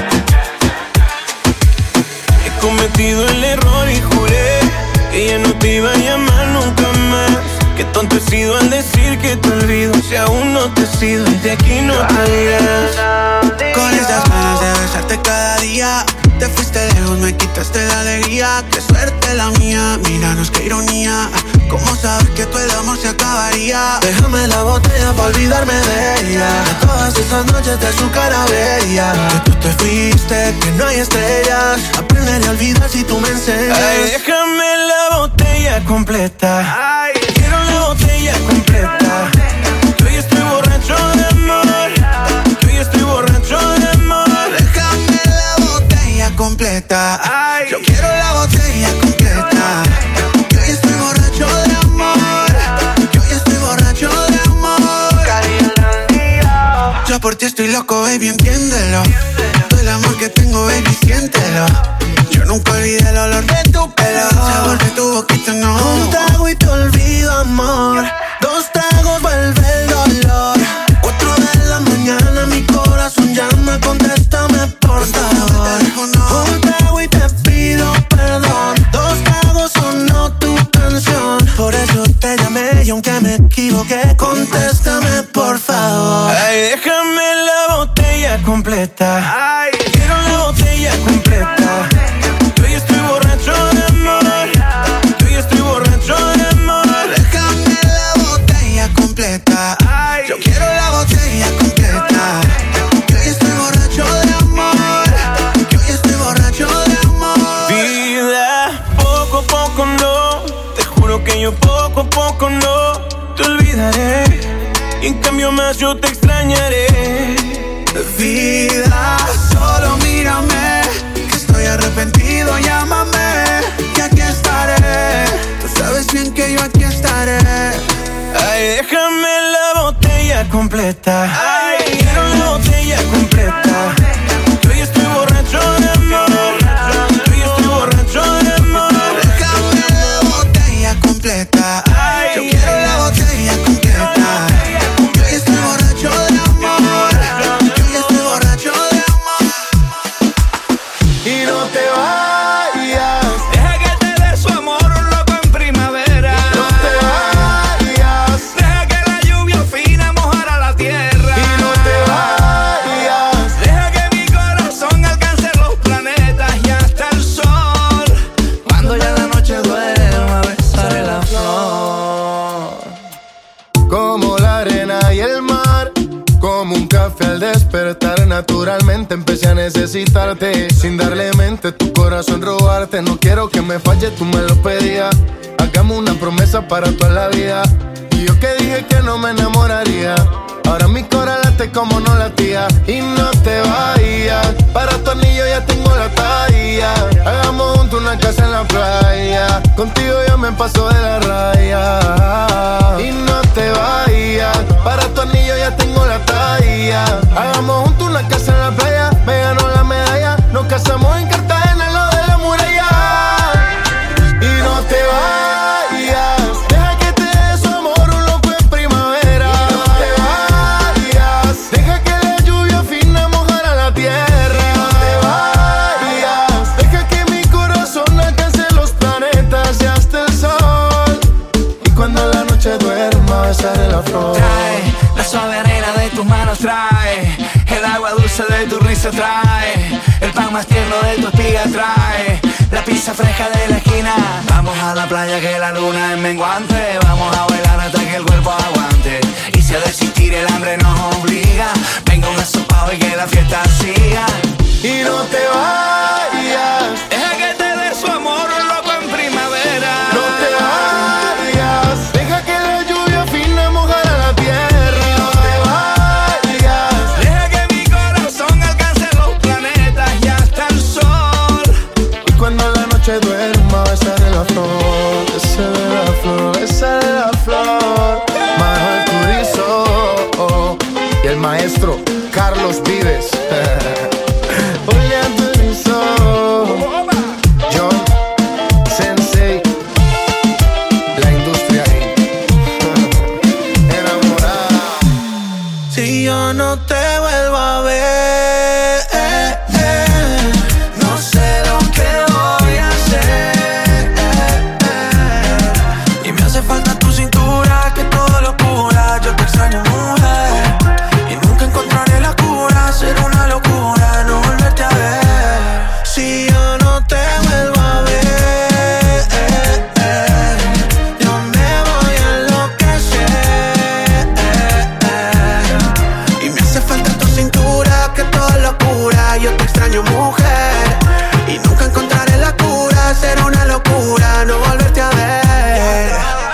[SPEAKER 10] He cometido el error y juré que ya no te iba a llamar nunca más. Qué tonto he sido al decir que te olvido. Si aún no te he sido y de aquí no te irás.
[SPEAKER 2] Con esas ganas de besarte cada día. Te fuiste lejos, me quitaste la alegría. Qué suerte la mía, míranos qué ironía. ¿Cómo sabes que todo el amor se acabaría?
[SPEAKER 10] Déjame la botella pa'
[SPEAKER 2] pa' olvidarme de ella. De todas esas noches de su cara bella. Que tú te fuiste, que no hay estrellas. Aprenderé a olvidar si tú me enseñas. Ay, déjame la botella completa. Ay, quiero la botella completa. Yo ya estoy borracho de amor. Yo ya estoy borracho de amor. Déjame la botella completa. Ay, yo quiero la botella completa. Yo ya estoy borracho de amor. Yo ya estoy borracho de amor. Yo por ti estoy loco, baby, entiéndelo. Todo el amor que tengo, baby, siéntelo. Yo nunca olvidé el olor de tu pelo. Sabor de tu boquita, no. Un trago y te olvido, amor. Dos tragos vuelve el dolor. Cuatro de la mañana mi corazón llama. Contéstame, por favor. Un trago y te pido perdón. Dos tragos sonó tu canción. Por eso te llamé y aunque me equivoqué, contéstame, por favor. Ay, déjame la botella completa. Ay, quiero la botella completa. Yo ya estoy borracho de amor. Yo ya estoy borracho de amor. Déjame la botella completa. Ay, yo quiero la botella completa. Yo ya estoy borracho de amor. Yo ya estoy borracho de amor. Vida, poco a poco no. Te juro que yo poco a poco no te olvidaré. Y en cambio más yo te extrañaré. Vida, solo mírame, que estoy arrepentido, llámame, que aquí estaré. Tú sabes bien que yo aquí estaré. Ay, déjame la botella completa. Ay, quiero la botella completa. Yo ya estoy borracho de amor. Yo ya estoy borracho de amor. Déjame la botella completa. Ay, yo quiero la botella completa. Yo ya estoy borracho de amor. Yo ya estoy borracho de amor.
[SPEAKER 6] Y no te vayas.
[SPEAKER 11] Deja que te dé su amor un loco en primavera.
[SPEAKER 6] No te vayas.
[SPEAKER 11] Deja que la lluvia fina mojara la tierra.
[SPEAKER 6] Y no te vayas.
[SPEAKER 11] Deja que mi corazón alcance los planetas y hasta el sol. Cuando ya la noche duerma, besaré la flor.
[SPEAKER 6] Como la arena y el mar, como un café al despertar, naturalmente empecé a necesitarte. Sin darle mente, tu corazón robarte. No quiero que me falle, tú me lo pedías. Hagamos una promesa para toda la vida. Y yo que dije que no me enamoraría, ahora mi corazón late como no latía. Y no te vayas, para tu anillo ya tengo la talla. Hagamos juntos una casa en la playa, contigo ya me paso de la raya. Y no te vayas, para tu anillo ya tengo la talla. Hagamos juntos una casa en la playa, me ganó la medalla. Nos casamos en Cartagena, lo de la muralla. Y no te vayas, deja que te dé su amor un loco en primavera. Y no te vayas, deja que la lluvia fina mojara la tierra. Y no te vayas, deja que mi corazón alcance los planetas y hasta el sol. Y cuando la noche duerma, besaré la flor.
[SPEAKER 11] Trae la suave arena de tus manos, trae el agua dulce de tu risa, trae el pan más tierno de tu espiga, trae la pizza fresca de la esquina. Vamos a la playa que la luna es menguante. Vamos a bailar hasta que el cuerpo aguante. Y si a desistir el hambre nos obliga, venga un asopado y que la fiesta siga.
[SPEAKER 6] Y no te vayas,
[SPEAKER 11] deja que te dé su amor un loco en primavera.
[SPEAKER 6] no te vayas, deja que la lluvia fina mojara la tierra. Y no te vayas,
[SPEAKER 11] Deja que mi corazón alcance los planetas y hasta el sol.
[SPEAKER 6] y cuando la noche duerma, besaré la flor, besaré la flor, besaré la flor. Manuel Turizo y el maestro Carlos Vives. Julián Turizo, John Sensei, la industria enamorada.
[SPEAKER 2] Si yo no te vuelvo a ver, no sé lo que voy a hacer. Y me hace falta tu cintura, que todo lo cura. Yo te extraño, mujer, y nunca encontraré la cura. Será una locura no volverte a ver. Si yo no te vuelvo a ver, yo me voy a enloquecer. locura, yo te extraño, mujer. Y nunca encontraré la cura, será una locura no volverte a ver.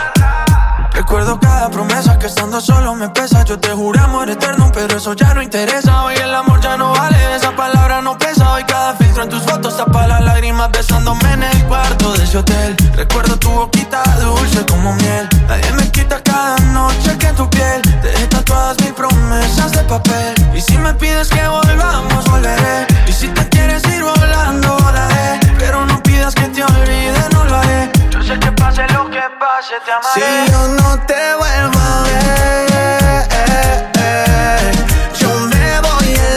[SPEAKER 11] Recuerdo cada promesa que estando solo me pesa. Yo te juré amor eterno, pero eso ya no interesa. Hoy el amor ya no vale, esa palabra no pesa. Hoy cada filtro en tus fotos tapa las lágrimas besándome en el cuarto de ese hotel. Recuerdo tu boquita dulce como miel. Nadie me quita cada noche que en tu piel dejé tatuadas mis promesas de papel. Y si me pides que volvamos, volveré. Y si te quieres ir volando, volaré. Pero no pidas que te olvide, no lo haré. Yo sé que pase lo que pase, te amaré.
[SPEAKER 2] Si yo no te vuelvo a ver, eh, eh, yo me voy a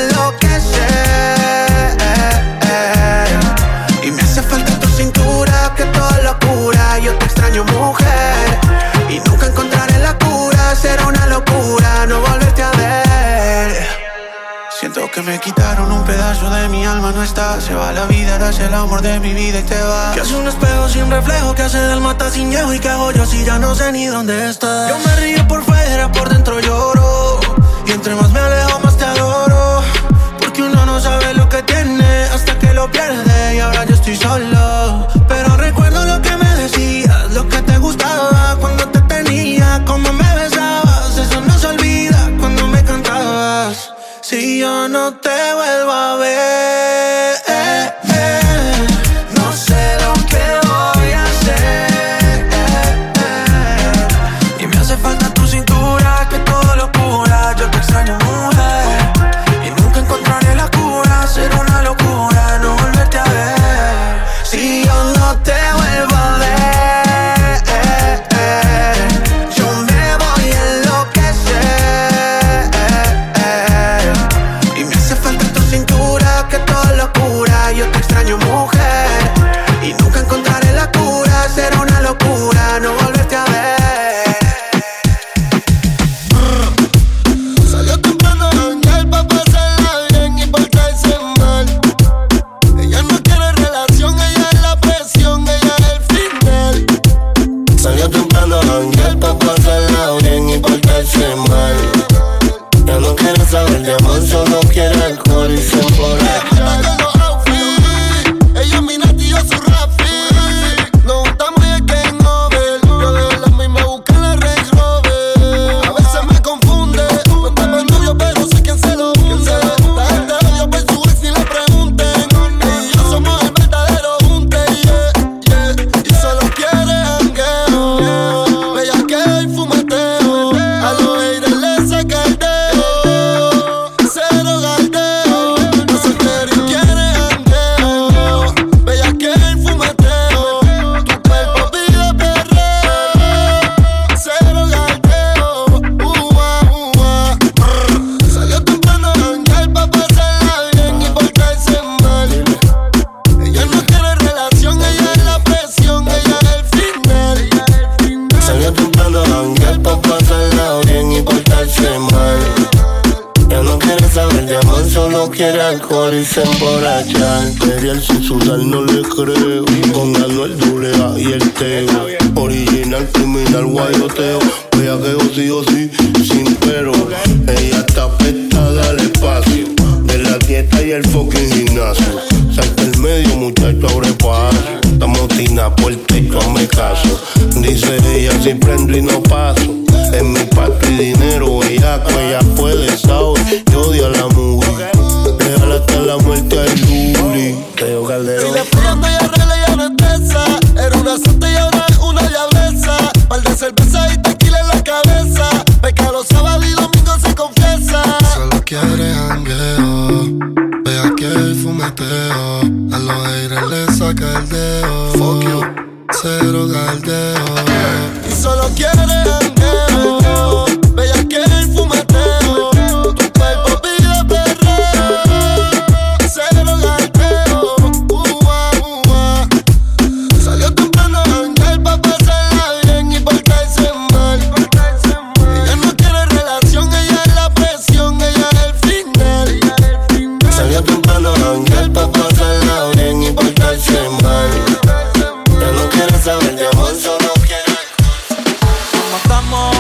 [SPEAKER 2] enloquecer, eh, eh, y me hace falta tu cintura, que todo lo cura. Yo te extraño, mujer, y nunca encontraré la cura. Será una locura no volverte a ver. Siento que me quitaron un pedazo de mi alma, no está. Se va la vida, eres el amor de mi vida y te va.
[SPEAKER 10] Que hace un espejo sin reflejo, que hace del mata sin viejo. Y que hago yo si ya no sé ni dónde estás. Yo me río por fuera, por dentro lloro. Y entre más me alejo, más te adoro. Porque uno no sabe lo que tiene hasta que lo pierde. Y ahora yo estoy solo. Pero recuerdo lo que me decías, lo que te gustaba cuando te tenía, cómo me besabas. Eso no se olvida cuando me cantabas. Si yo no te vuelvo a ver, eh, eh, no sé lo que voy a hacer, eh, eh, y me hace falta tu cintura, que todo lo cura. Yo te extraño, mujer, y nunca encontraré la cura. Será una locura no volverte a ver.
[SPEAKER 2] Si yo no te vuelvo a ver, eh, eh, yo me voy a enloquecer, eh, eh, y me hace falta tu cintura, que todo lo cura. Yo te extraño, mujer, y nunca encontraré la cura. Será una locura no volverte a ver.
[SPEAKER 6] Salió temprano a janguear pa' pasarla bien y portarse mal. Ella no quiere relación, ella es la presión, ella es el final. Salió temprano a janguear pa' pasarla bien y portarse mal. Ella no quiere saber de amor, solo quiere alcohol y se emborracha. Ella es mi Nati y yo su Rafi. Nos juntamos y es game over. Yo dejo la misma busca en la Range Rover. A veces me confunde, no estamos novios pero sé quién se lo hunde. La gente odia por su ex, ni le pregunten. Ella y yo somos el verdadero junte, yeah, yeah. Y solo quiere jangueo, bellaqueo y fumeteo. A los haters les saca el dedo, cero galdeo. No se quiere y quiere jangueo, bellaqueo y fumeteo. Tu cuerpo pide perreo, cero galdeo. Ua, ua. Salió temprano a janguear pa' pasarla bien y portarse mal. Ella no quiere relación, ella es la presión, ella es el final. Salió temprano a janguear pa' pasarla bien y portarse mal. Ella no quiere saber de amor, solo quiere alcohol y se emborracha. Imperial sin sudar no le creo. Con Anuel doble A y el Teo. Original, criminal, guayoteo. Bellaqueo sí o sí, sin pero. Ella está afectada al espacio de la dieta y el fucking gimnasio. Salta el medio, muchacho, abre paso. Estamos tina por el techo, hazme caso. Dice ella, si prendo y no paso. En mi pato y dinero, bellaco, ella puede, sabe. Y odia a la mujer. Déjala hasta la muerte al Luli. Teo Calderón. Si le fui dando y arregla y anestesa. Era una santa y ahora es una diableza. Par de cerveza y tequila en la cabeza. Peca los sábados y domingos se confiesa. Solo quiere jangueo, bellaqueo y fumeteo. A los haters les saca el dedo. Fuck you, cero galdeo. Y solo quiere jangueo, bellaqueo y fumeteo. Tu cuerpo pide perreo, cero galdeo. Ua, ua. Salió temprano a janguear pa' pasarla bien y portarse mal. Ella no quiere relación, ella es la presión, ella es el final. Salió temprano a janguear pa' pasarla bien y portarse mal. Ella no quiere saber de amor, solo quiere.
[SPEAKER 10] ¿Cómo estamos?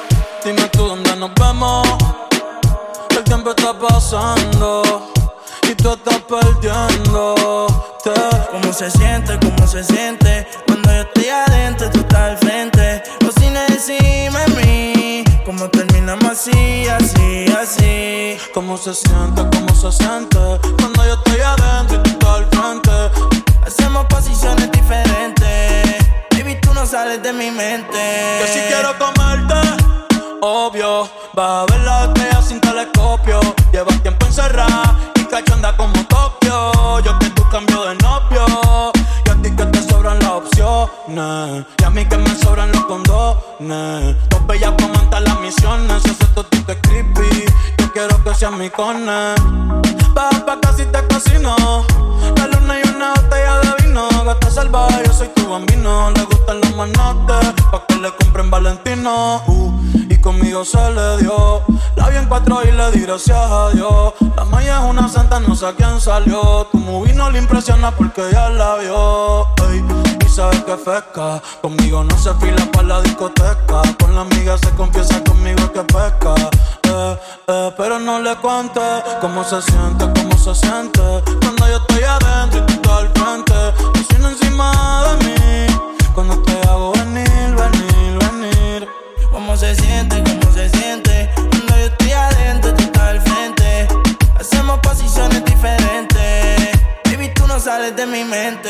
[SPEAKER 10] Dime tú dónde nos vemos. El tiempo está pasando y y tú estás perdiéndote. ¿Cómo se siente, cómo se siente? Cuando yo estoy adentro, tú estás al frente. O sin decirme a mí, ¿cómo terminamos así, así, así?
[SPEAKER 2] ¿Cómo se siente, cómo se siente? Cuando yo estoy adentro y tú estás al frente.
[SPEAKER 10] Hacemos posiciones diferentes. Baby, tú no sales de mi mente.
[SPEAKER 2] Yo sí quiero comerte, obvio. Vas a ver la estrella sin telescopio. Llevas tiempo encerrada y cachonda como Tokio. Yo que tú cambio de novio. Y a ti que te sobran las opciones. Y a mí que me sobran los condones. Dos bellas para montar las misiones. Ese totito es creepy. Yo quiero que seas mi cone. Baja pa' casi te cocino. La luna y una botella de vino. Gata salvaje, yo soy tu bambino. Le gustan los manotes, pa' que le compren Valentino. uh, Y conmigo se le dio. La vi en cuatro y le di gracias a Dios. La maya es una santa, no sé a quién salió. Tu movie no le impresiona porque ya la vio. Ey, y sabes que pesca. Conmigo no se fila pa' la discoteca. Con la amiga se confiesa, conmigo que pesca. Eh, eh, pero no le cuente cómo se siente, cómo se siente. Cuando yo estoy adentro y tú estás al frente. Cocina encima de mí. Cuando te hago venir, venir, venir.
[SPEAKER 10] ¿Cómo se siente, cómo se siente? Cuando yo estoy adentro, tú estás al frente. Hacemos posiciones diferentes. Baby, tú no sales de mi mente.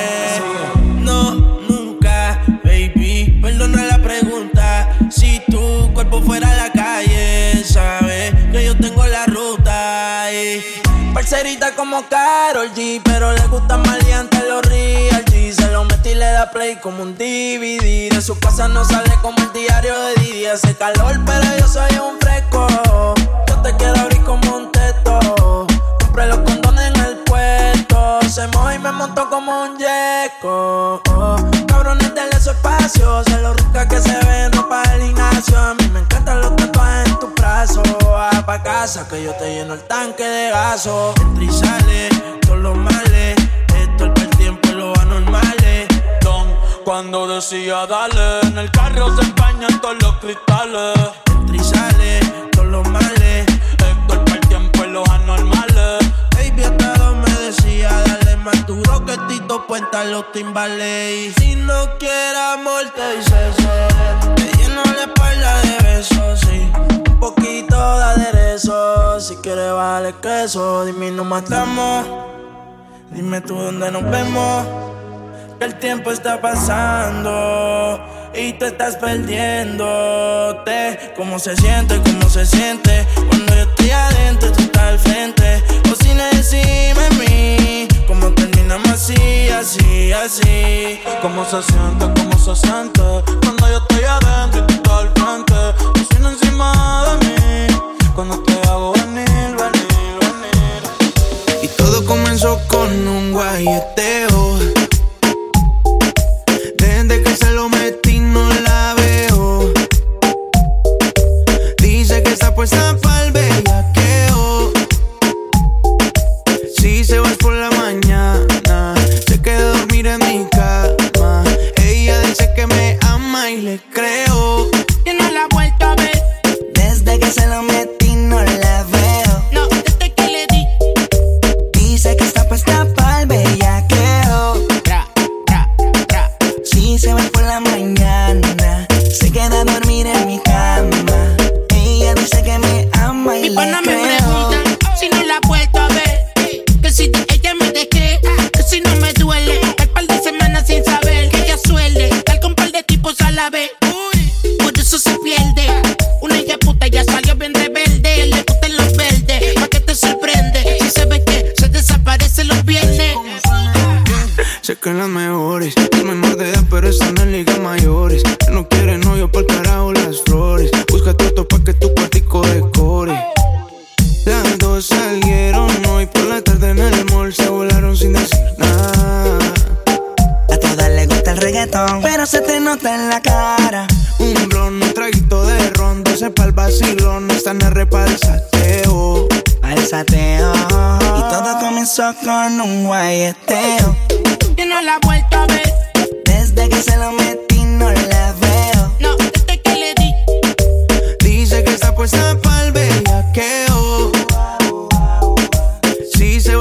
[SPEAKER 10] No, nunca, baby. Perdona la pregunta. Si tu cuerpo fuera a la calle, sabes que yo tengo la ruta. Y parcerita como Karol G, pero le gusta maleante los real G. Se lo metí y le da play como un D V D. De su casa no sale como el diario de Didi. Hace calor, pero yo soy un fresco. Yo te quiero abrir como un teto. Compré los condones en el puerto. Se mojó y me montó como un yeco. Oh, cabrones, denle su espacio. Se lo rica que se ve en ropa del gimnasio. A mí me encantan los tatuajes en tu brazo. Va pa' casa que yo te lleno el tanque de gaso. Entra y sale, todos los males. Esto es el tiempo y los anormales.
[SPEAKER 2] Don, cuando decía dale, en el carro se empañan todos los cristales.
[SPEAKER 10] Entra y sale, todos los males.
[SPEAKER 2] Esto es el tiempo y los anormales.
[SPEAKER 10] Baby, hasta dos me decía, dale más duro que Tito Puenta los timbales. Si no quieres amor, te dice ser. Te lleno la espalda de besos, sí. Un poquito de aderezo. Si quieres vale queso, dime y nos matamos. Dime tú dónde nos vemos. Que el tiempo está pasando y tú estás perdiéndote. ¿Cómo se siente, cómo se siente? Cuando yo estoy adentro, tú estás al frente. O sin decirme a mí, ¿cómo terminamos así, así, así?
[SPEAKER 2] ¿Cómo se siente, cómo se siente? Cuando yo estoy adentro y tú estás al frente. Cocina encima de mí. Cuando te hago venir, venir, venir.
[SPEAKER 10] Y todo comenzó con un guayeteo. Desde que se lo metí no la veo. Dice que está puesta pa'l bellaqueo. Si se va por la mañana, se queda a dormir en mi cama. Ella dice que me ama y le creo.
[SPEAKER 5] Que no la he vuelto a ver.
[SPEAKER 10] Desde que se lo metí no la veo.
[SPEAKER 5] No, desde que le di.
[SPEAKER 10] Dice que está puesta pa'l bellaqueo.
[SPEAKER 5] Tra, tra, tra.
[SPEAKER 10] Si se va por la mañana, se queda a dormir en mi cama. Ella dice que me ama y
[SPEAKER 5] Mi
[SPEAKER 10] le
[SPEAKER 5] pana me
[SPEAKER 10] creo.
[SPEAKER 5] pregunta si no la he vuelto a ver. Que si de ella me dejé, que si no me duele. El par de semanas sin saber que ella suele estar con un par de tipos a la vez. Por eso se pierde. Una hija puta ya salió bien rebelde. Le gustan los verdes, pa' que te sorprende. Si se ve que se desaparece los viernes.
[SPEAKER 10] Sé que las mejores es menor de edad, pero están en ligas mayores. No quiere novio por carajo las flores. Busca toto pa' que tu cuartico decore. Las dos salieron hoy por la tarde en el mall. Se volaron sin decir nada. A todas les gusta el reggaetón, pero se te nota en la cara. Un blon, un traguito de ron, doce pa'l vacilón. Están R pa'l sateo. Al sateo. Y todo comenzó con un guayeteo.
[SPEAKER 5] Que no la he vuelto a ver.
[SPEAKER 10] Desde que se lo metí no la veo.
[SPEAKER 5] No, desde que le di.
[SPEAKER 10] Dice que está puesta pa'l bellaqueo. Si se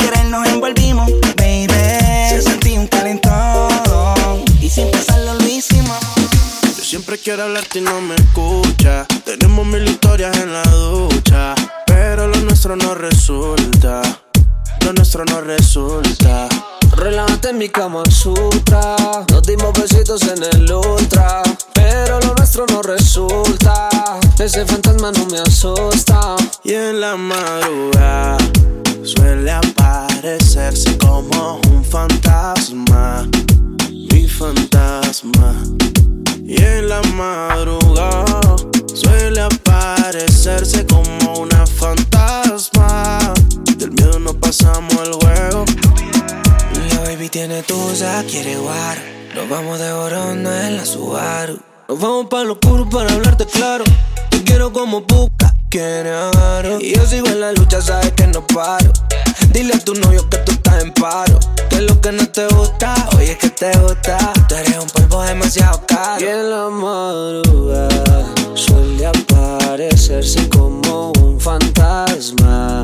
[SPEAKER 10] querer nos envolvimos, baby. Se sentí un calentón y sin pensarlo lo hicimos.
[SPEAKER 4] Yo siempre quiero hablarte y no me escucha. Tenemos mil historias en la ducha, pero lo nuestro no resulta. Lo nuestro no resulta.
[SPEAKER 12] Relájate en mi cama sutra. Nos dimos besitos en el ultra, pero lo nuestro no resulta. Ese fantasma no me asusta.
[SPEAKER 4] Y en la madrugada suele aparecerse como un fantasma, mi fantasma. Y en la madrugada suele aparecerse como una fantasma. Del miedo no pasamos el juego.
[SPEAKER 10] La baby tiene tusa, quiere guar. Nos vamos de Orono en la Subaru. Nos vamos pa' lo oscuro para hablarte claro. Te quiero como puta, quiere agarro. Y yo sigo en la lucha, sabes que no paro. Dile a tu novio que tú estás en paro. Que es lo que no te gusta, oye, es que te gusta. Tú eres un polvo demasiado caro.
[SPEAKER 12] Y en la madrugada suele aparecerse como un fantasma.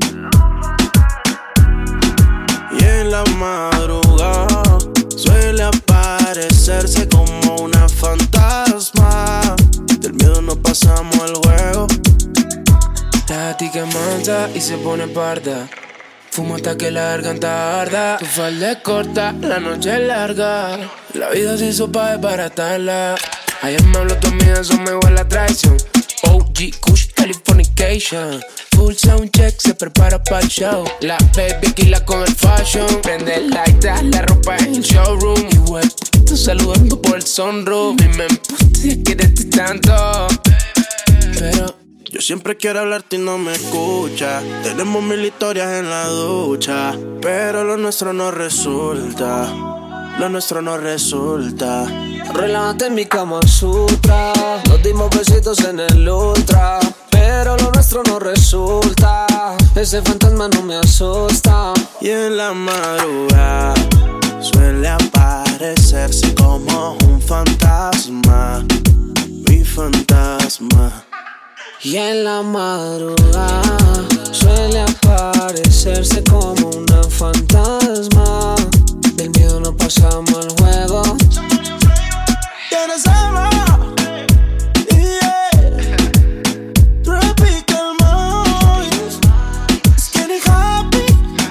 [SPEAKER 4] Y en la madrugada suele aparecerse como una fantasma. Del miedo no pasamos el juego.
[SPEAKER 10] Tati que mancha y se pone parda. Fumo hasta que la garganta arda. Tu falda es corta, la noche es larga. La vida se hizo pa' desbaratarla. Ayer me habló tu amiga, eso me huele a traición. O G, Kush, Californication. Full sound check, se prepara para el show. La baby quila con el fashion. Prende el light, la ropa en el showroom. Y wey, tú saludando por el sunroof. Y me empuste, quererte tanto. Pero
[SPEAKER 4] yo siempre quiero hablarte y no me escucha. Tenemos mil historias en la ducha, pero lo nuestro no resulta. Lo nuestro no resulta.
[SPEAKER 12] Relájate en mi cama sutra. Nos dimos besitos en el ultra, pero lo nuestro no resulta. Ese fantasma no me asusta.
[SPEAKER 4] Y en la madrugada suele aparecerse como un fantasma, mi fantasma.
[SPEAKER 12] Y en la madrugada suele aparecerse como una fantasma. Del miedo no pasamos el juego.
[SPEAKER 4] Tienes alma, yeah. Tropical minds, skinny happy,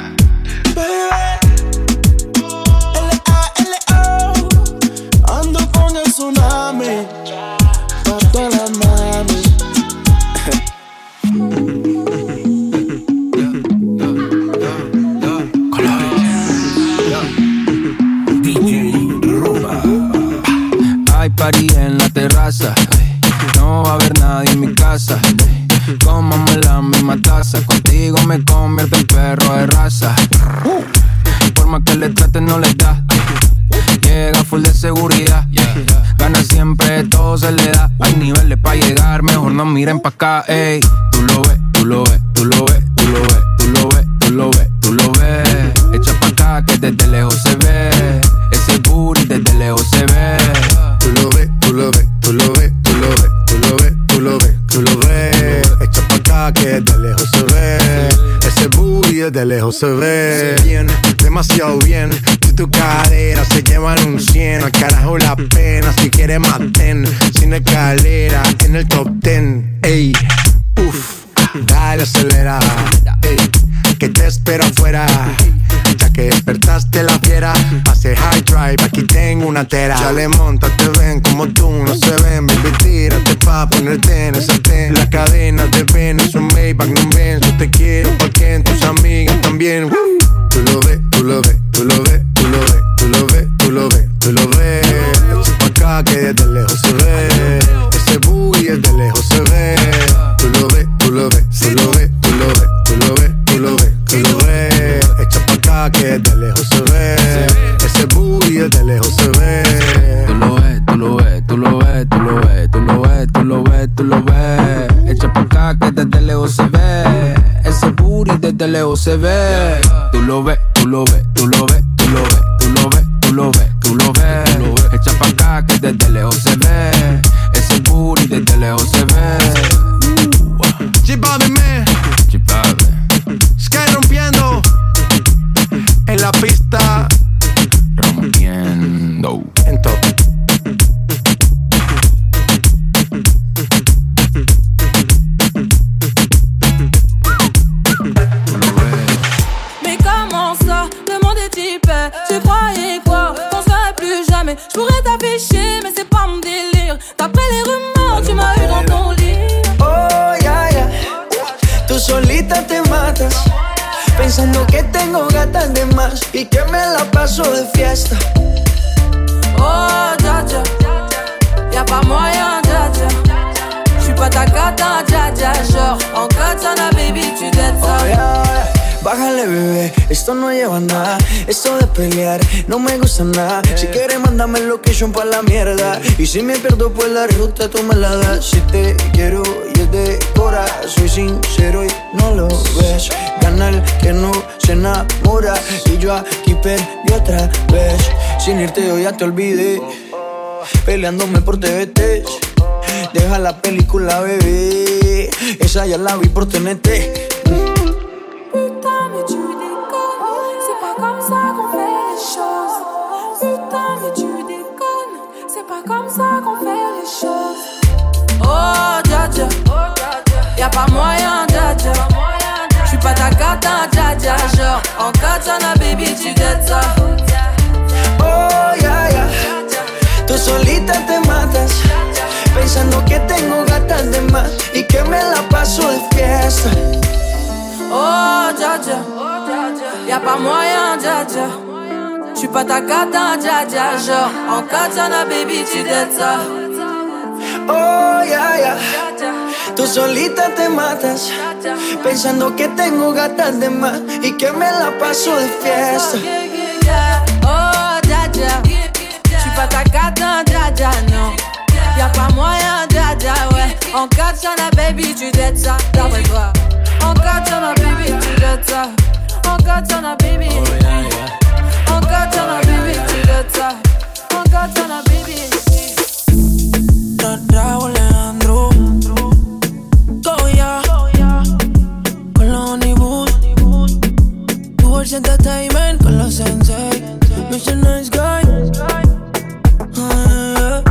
[SPEAKER 4] baby. L A L O, ando con el tsunami, pa' todas las mami.
[SPEAKER 13] Party en la terraza, no va a haber nadie en mi casa. Comamos la misma taza, contigo me convierto en perro de raza. Por más que le traten no le da. Llega full de seguridad, gana siempre, todo se le da. Hay niveles pa' llegar, mejor no miren pa' acá, ey. Tú lo ves, tú lo ves, tú lo ves, tú lo ves, tú lo ves, tú lo ves, tú lo ves. Echa pa' acá que desde lejos se ve. Ese booty desde lejos se ve.
[SPEAKER 6] Tú lo ves, tú lo ves, tú lo ves, tú lo ves, tú lo ves, tú lo ves, tú lo ves. Echa pa' acá que de lejos se ve. Ese booty de lejos se ve. Bien, demasiado bien. Si tu cadera se llevan un cien, al carajo la pena. Si quieres maten, sin escalera, en el top ten. Ey, uff, dale acelera. Ey, que te espero afuera. Ya que despertaste la fiera, pase high drive, aquí tengo una tera. Ya le monta, te ven como tú no se ven. Baby, tírate pa' ponerte en ese ten. La cadena de Ben es un Maybach, no ven. Yo te quiero porque en tus amigas también. Tú lo ves, tú lo ves, tú lo ves, tú lo ves, tú lo ves, tú lo ves, tú lo ves. Echa pa' acá que desde lejos se ve. Ese booty desde lejos se ve. Tú lo ves, tú lo ves, tú lo ves, tú lo ves, tú lo ves, tú lo ves, tú lo ves. Echa pa' acá que desde lejos se ve. Ese booty desde lejos se ve.
[SPEAKER 13] Tú lo ves, tú lo ves, tú lo ves, tú lo ves, tú lo ves, tú lo ves, tú lo ves. Echa pa' acá que desde lejos se ve. Ese booty desde lejos se ve. Tú lo ves, tú lo ves, tú lo ves, tú lo ves, tú lo ves, tú lo ves, tú lo ves. Echa pa' acá que desde lejos se ve. Ese booty desde lejos se ve.
[SPEAKER 6] J Balvin, man.
[SPEAKER 13] J Balvin.
[SPEAKER 6] Sky rompiendo.
[SPEAKER 14] jamais. J'pourrais t'afficher, mais c'est pas mon délire. D'après les rumeurs, tu m'as eu dans ton lit.
[SPEAKER 3] Oh, yeah, yeah. Tú solita te matas, pensando que tengo gatas de más y que me la paso de fiesta.
[SPEAKER 14] Oh, dja dja, y'a pas moyen, dja dja. J'suis pas ta gata, dja dja. Genre, en katana, baby, tu dettes ça.
[SPEAKER 3] Oh, yeah, yeah. Bájale, bebé, esto no lleva nada. Esto de pelear no me gusta nada. Si quieres, mándame el location pa' la mierda. Y si me pierdo, pues la ruta tú me la das. Si te quiero y es de cora, soy sincero y no lo ves. Gana el que no se enamora. Y yo aquí perdí otra vez. Sin irte yo ya te olvidé, peleándome por T V T. Deja la película, bebé, esa ya la vi por T N T.
[SPEAKER 14] Putain, mais tu déconnes, c'est pas comme ça qu'on fait les choses. Putain, mais tu déconnes, c'est pas comme ça qu'on fait les choses. Oh, dja dja, y'a pas moyen, dja dja. J'suis pas ta gata, dja dja. Genre, en katana, baby, tu dettes ça.
[SPEAKER 3] Oh, yeah, yeah. Tú solita te matas, pensando que tengo gatas de más y que me la paso de fiesta.
[SPEAKER 14] Oh, dja dja, y'a pas moyen, dja dja. J'suis pas ta gata, dja dja. Genre, en katana, baby, tu dettes ça.
[SPEAKER 3] Oh, yeah, yeah. Tú solita te matas, pensando que tengo gatas de más y que me la paso de fiesta.
[SPEAKER 14] Oh, dja dja, j'suis pas ta gata, dja dja, non. Y'a pas moyen, dja dja, ouais. En katana, baby, tu dettes ça, d'après toi. En katana, baby, tu dettes ça. En katana, baby. En katana, baby, tu dettes ça. En katana, baby.
[SPEAKER 10] Raúl Alejandro, Goya, con los Honeywood, Towards Entertainment, con los Sensei, Mister Nice Guy. Uh,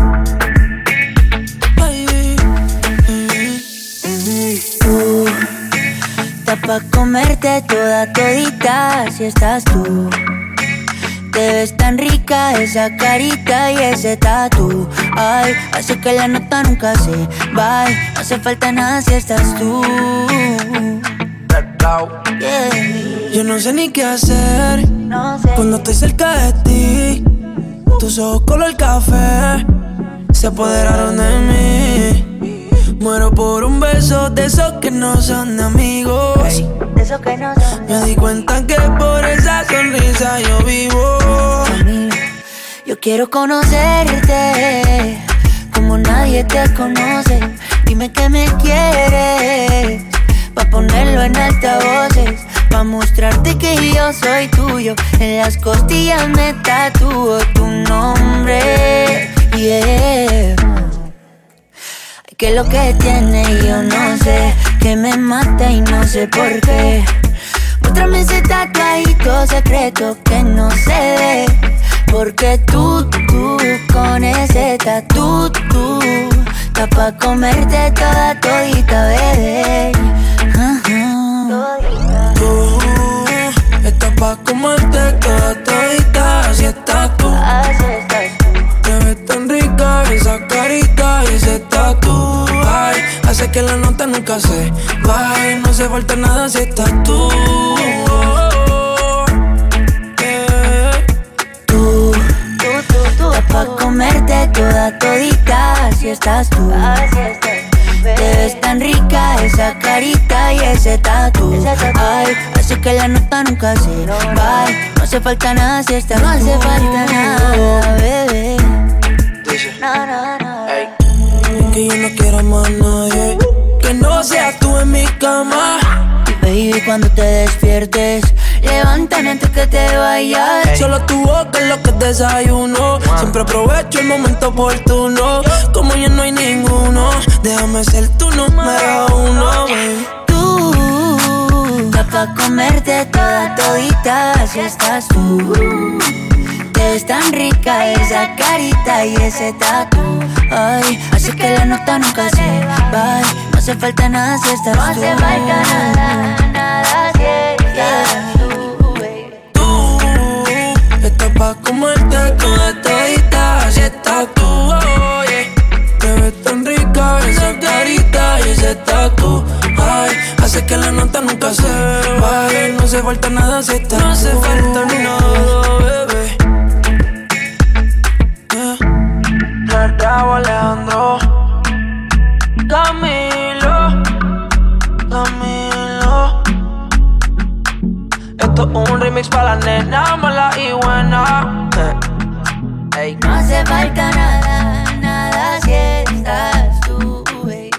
[SPEAKER 10] baby, baby, baby.
[SPEAKER 1] Tú, está pa' comerte toda todita si estás tú. Te ves tan rica esa carita y ese tatu. Ay, hace que la nota nunca se va. No hace falta nada si estás tú. Yeah.
[SPEAKER 10] Yo no sé ni qué hacer
[SPEAKER 1] no sé.
[SPEAKER 10] Cuando estoy cerca de ti. Tus ojos color café se apoderaron de mí. Muero por un beso de esos que no son de amigos.
[SPEAKER 1] Hey, de esos que no son de
[SPEAKER 10] Me di cuenta que por esa sonrisa yo vivo.
[SPEAKER 1] Yo quiero conocerte como nadie te conoce. Dime que me quieres pa' ponerlo en altavoces, pa' mostrarte que yo soy tuyo. En las costillas me tatúo tu nombre. Yeah. Que lo que tiene yo no sé, que me mata y no sé por qué. Muéstrame ese tatuadito secreto que no se ve. Porque tú, tú, con ese tatu, tú, está pa' comerte toda todita, bebé. Uh-huh.
[SPEAKER 10] Tú, estás pa' comerte toda todita, así estás tú.
[SPEAKER 1] Así estás tú.
[SPEAKER 10] Te ves tan rica esa carita y ese tatu. Ay, hace que la nota nunca se vaya. No hace falta nada si estás tú.
[SPEAKER 1] Pa' comerte toda todita, si estás tú. Así estás, te ves tan rica esa carita y ese tatu. Ay, hace que la nota nunca se va. No hace falta nada si estás tú. No hace falta nada, bebé. No, no, no.
[SPEAKER 10] Es que yo no quiero más nadie que no seas tú en mi cama.
[SPEAKER 1] Baby, cuando te despiertes, levántame antes que te vayas.
[SPEAKER 10] Hey. Solo tu boca es lo que desayuno. Wow. Siempre aprovecho el momento oportuno. Como ya no hay ninguno, déjame ser tu número uno.
[SPEAKER 1] Tú, está pa' comerte toda todita, si estás tú. Te ves tan rica esa carita y ese tatu. Ay, hace que la nota nunca se va. No hace falta nada si estás tú. No hace falta nada, nada si estás tú.
[SPEAKER 10] Tú, estás pa' comerte toda todita,
[SPEAKER 12] eres tú. Ay, hace que la nota nunca se baje. No hace falta nada si estás. No hace falta ni nada, bebé. Yeah. Raúl Alejandro, Camilo, Camilo. Esto es un remix para la nena mala y buena. Eh. Ey.
[SPEAKER 1] No hace falta nada, nada si estás tú, hey.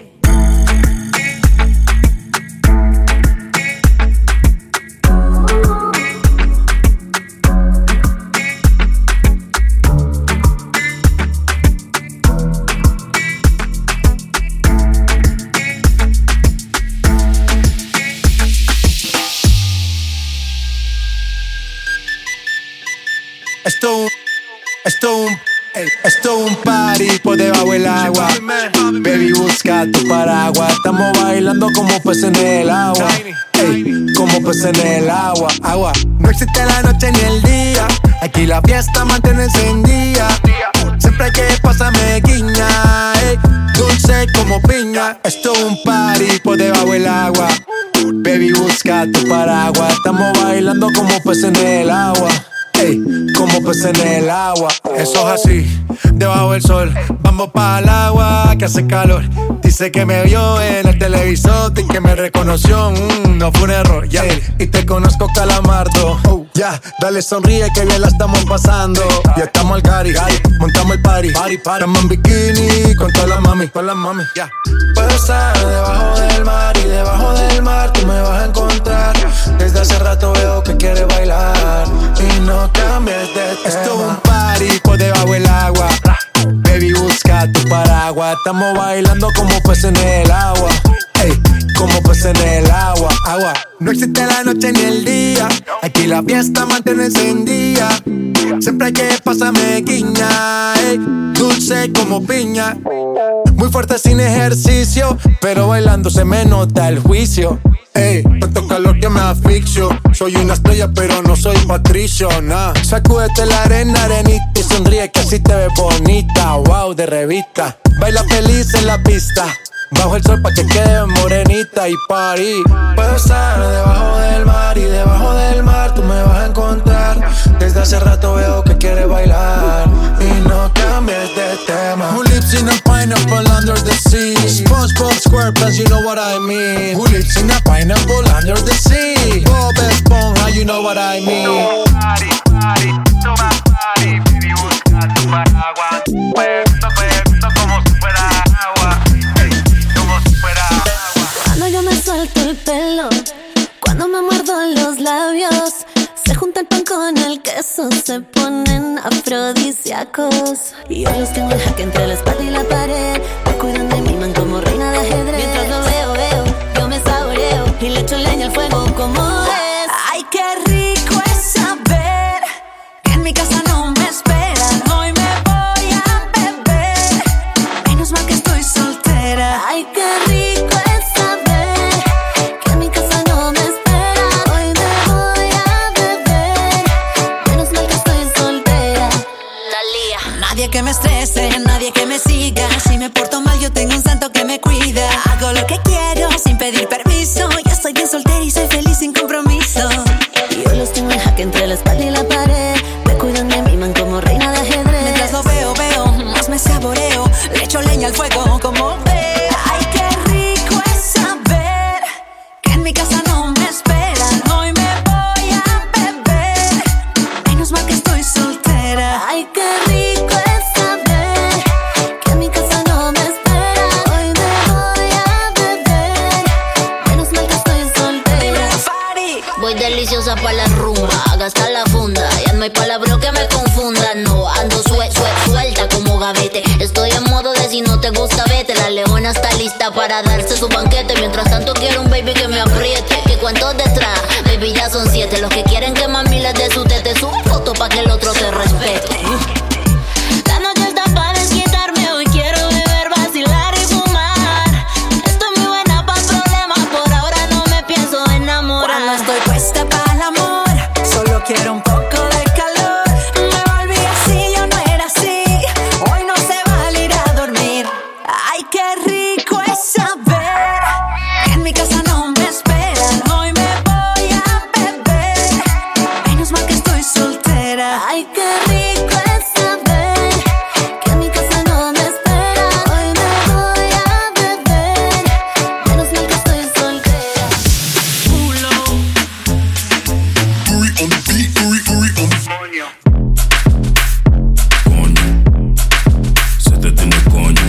[SPEAKER 15] Esto, esto, esto un party por debajo del agua. Baby, busca tu paraguas. Estamos bailando como peces en el agua. Ey, como peces en el agua. Agua. No existe la noche ni el día. Aquí la fiesta mantiene encendida. Siempre hay que pasarme guiña. Ey, dulce como piña. Esto un party por debajo del agua. Baby, busca tu paraguas. Estamos bailando como peces en el agua. Ey, como pez en el agua. Eso es así, debajo del sol. Vamos para el agua que hace calor. Dice que me vio en el televisor y que me reconoció. Mm, no fue un error, ya. Yeah. Y te conozco, Calamardo. Oh, ya, yeah. Dale sonríe que bien la estamos pasando. Ya estamos al cari, montamos el party. Party, party. Estamos en bikini con todas las mami, con las mami. Ya. Yeah. Puedo estar debajo del mar y debajo del mar tú me vas a encontrar. Desde hace rato veo que quieres bailar y no cambies de tema. Esto es un party por debajo del agua. Baby, busca tu paraguas. Estamos bailando como peces en el agua. Ey, como peces en el agua. Agua. No existe la noche ni el día. Aquí la fiesta mantiene encendida. Siempre hay que pasarme guiña. Ey, dulce como piña. Muy fuerte sin ejercicio, pero bailando se me nota el juicio. Ey, tanto calor que me asfixio. Soy una estrella pero no soy Patricio, nah. Sacúdete la arena, arenita y sonríe que así te ves bonita. Wow, de revista. Baila feliz en la pista. Bajo el sol pa' que quede morenita y party. Puedo estar debajo del mar y debajo del mar tú me vas a encontrar. Desde hace rato veo que quieres bailar y no cambies de tema. Who lives in a pineapple under the sea? SpongeBob SquarePants, you know what I mean. Who lives in a pineapple under the sea? Bob Esponja, you know what I mean. Toma party, party, toma party. Baby, busca tu paraguas. Puesto, puesto como si fuera agua.
[SPEAKER 1] Cuando yo me suelto el pelo, cuando me muerdo los labios, se junta el pan con el queso, se ponen afrodisíacos. Y yo los tengo en jaque entre la espalda y la pared. Me cuidan de mi man como reina de ajedrez. Mientras lo veo, veo, yo me saboreo y le echo leña al fuego como es. Ay, qué rico es saber que en mi casa no me esperan. Hoy me voy a beber, menos mal que estoy soltera. Ay, qué rico es saber que en mi casa no me esperan. Hoy me voy a beber, menos mal que estoy soltera. Talía.
[SPEAKER 16] Nadie que me estrese, nadie que me siga. Si me porto mal yo tengo un santo que me cuida. Hago lo que quiero sin pedir permiso. Yo estoy bien soltera y soy feliz sin compromiso.
[SPEAKER 1] Yo los tengo en jaque entre la espalda y la pared. Me cuidan de mi man como reina de ajedrez.
[SPEAKER 16] Mientras lo veo, veo, más me saboreo. Le echo leña al fuego como ve.
[SPEAKER 1] Ay, qué rico es saber
[SPEAKER 16] que en mi casa no me esperan. Hoy me voy a beber, menos mal que estoy soltera.
[SPEAKER 1] Ay, qué rico es saber que en mi casa no me esperan. Hoy me voy a beber, menos mal que estoy soltera.
[SPEAKER 17] Voy deliciosa pa' la rumba, a gastar la funda. Ya no hay palabra que me confunda. No ando sue, sue, suelta como gavete. Estoy en modo de si no te gusta vete. La leona está lista para darse su banquete. Mientras tanto quiero un baby que me apriete. Que cuántos detrás, baby ya son siete. Los que quieren que mami les dé su tete. Su foto pa' que el otro te respete.
[SPEAKER 1] La noche está pa' desquitarme. Hoy quiero beber, vacilar y fumar. Estoy muy buena pa' problemas. Por ahora no me pienso enamorar.
[SPEAKER 16] Cuando estoy puesta para el amor, solo quiero un poco de calor. Me volví así, yo no era así. Hoy no se vale ir a dormir. Ay, qué rico es saber
[SPEAKER 1] Ay, qué rico es saber que en mi casa no me espera. Hoy me voy a beber, menos mal que estoy soltera. Culo.
[SPEAKER 18] Uri on the beat, Uri, Uri on the coño. Se te tiene coño.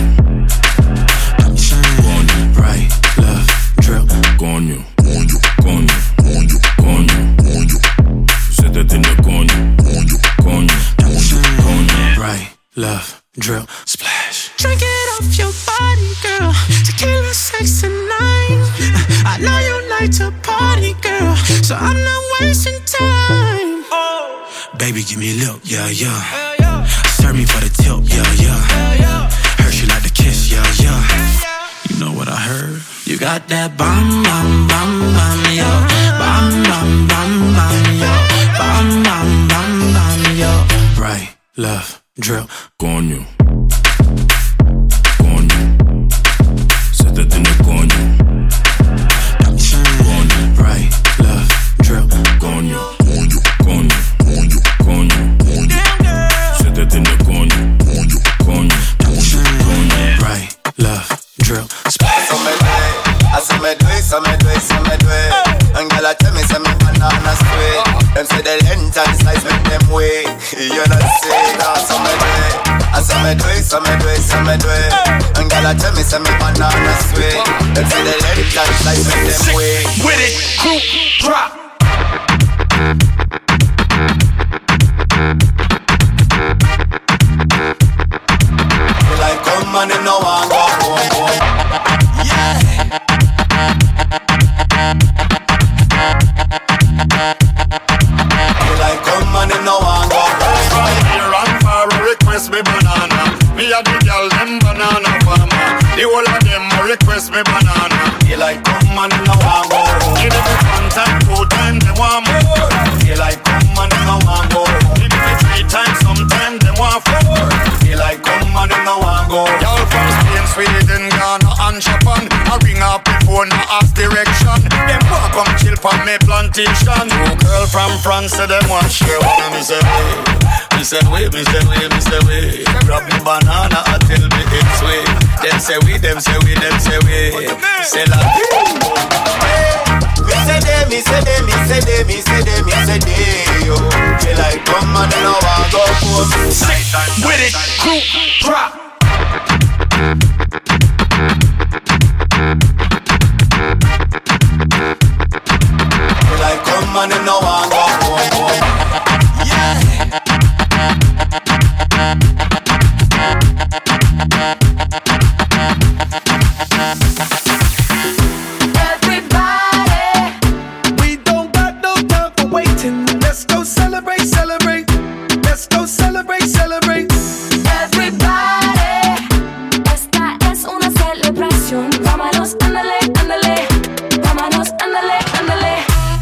[SPEAKER 18] Coño, right, left, drip, coño. Coño, coño, coño, coño, coño. Se te tiene coño. Coño, coño, coño, right, left, drip, splash.
[SPEAKER 19] Drink it off your body, girl. Tequila, sex, and nine. I know you like to party, girl, so I'm not wasting time. Oh.
[SPEAKER 18] Baby, give me a lip, yeah, yeah. yeah. Serve me for the tip, yeah, yeah. yeah. Heard she like to kiss, yeah, yeah. You know what I heard? You got that bam, bam, bam, bam, yo. Bam, bam, bam, bam, yo. Bam, bam, bam, bam, yo. Right, left, drip, coño. Coño. Se te tiene coño. Coño, right, left, drip, coño. Coño, coño, coño, coño, coño. Se te tiene coño. Coño, coño, coño, right, left, drip, splash.
[SPEAKER 20] So me do it, I say me do it, so me do it, so me do it. And girl I tell me say me banana sweet. Them say the length and size make them wait. You not say that, so me do it. I say me do it, so me do it, so me do it. And girl I tell me say me banana sweet. Them say the length and size make them wait.
[SPEAKER 19] With it, crew, drop.
[SPEAKER 20] You like come and you know I go home, home. Yeah. You like come and you know I go home.
[SPEAKER 6] Here and far request me banana. Me a the girl them banana farmer. The whole of them request me banana.
[SPEAKER 20] You like come and you know I go home.
[SPEAKER 6] Give me one time, two time, they want more.
[SPEAKER 20] You like come and you know I go home.
[SPEAKER 6] Give me three times, sometime they want four.
[SPEAKER 20] You like come and you know I go home.
[SPEAKER 6] Y'all from Spain, Sweden, Ghana and Japan. I ring up before no ask direction. Them walk come chill for me plantation. Two girl from France say them want share one. Me say wait, me say wait, me say wait, me say wait.
[SPEAKER 20] Grab me banana until me it's sweet. Them say we, them say we, them say we. Say la. Me say they, me say they, me say they, me say they, me say they. Yo, you like come and you know I go home.
[SPEAKER 19] With it, crew, drop.
[SPEAKER 20] You like come and you know I go home, home. Yeah.
[SPEAKER 19] Everybody, we don't got no time for waiting. Let's go celebrate, celebrate. Let's go celebrate, celebrate.
[SPEAKER 1] everybody. Esta es una celebración. Vámonos, ándale, ándale. Vámonos, ándale, ándale.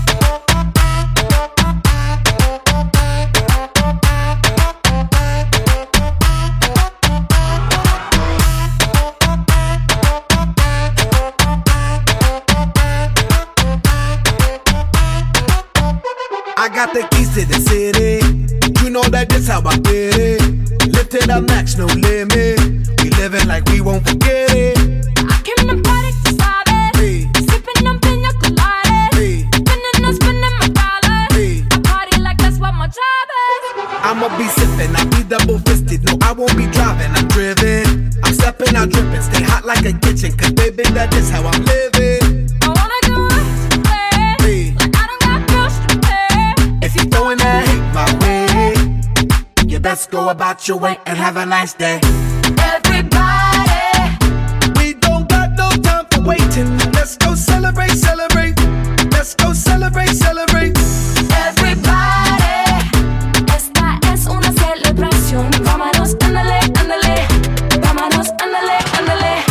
[SPEAKER 19] I got the keys to the city. You know that this how I get it. Lifted up max, no limit. We living like we won't forget it.
[SPEAKER 1] I came to party, tú sabes.
[SPEAKER 19] Hey.
[SPEAKER 1] Sipping on pina coladas.
[SPEAKER 19] Hey.
[SPEAKER 1] Spinning and spinning my dollars.
[SPEAKER 19] Hey.
[SPEAKER 1] I party like that's what my job is.
[SPEAKER 19] I'ma be sipping, I'll be double fisted. No, I won't be driving, I'm driven. I'm stepping out dripping, stay hot like a kitchen. Cause baby, that is how I'm living.
[SPEAKER 1] I wanna go out to play.
[SPEAKER 19] Hey.
[SPEAKER 1] Like I don't got bills to pay.
[SPEAKER 19] If you throwing that hate my way, you best go about your way and have a nice day.
[SPEAKER 1] Everybody,
[SPEAKER 19] We don't got no time for waiting. Let's go celebrate, celebrate. Let's go celebrate, celebrate.
[SPEAKER 1] everybody. Esta es una celebración. Vámonos, ándale, ándale. Vámonos, ándale, ándale.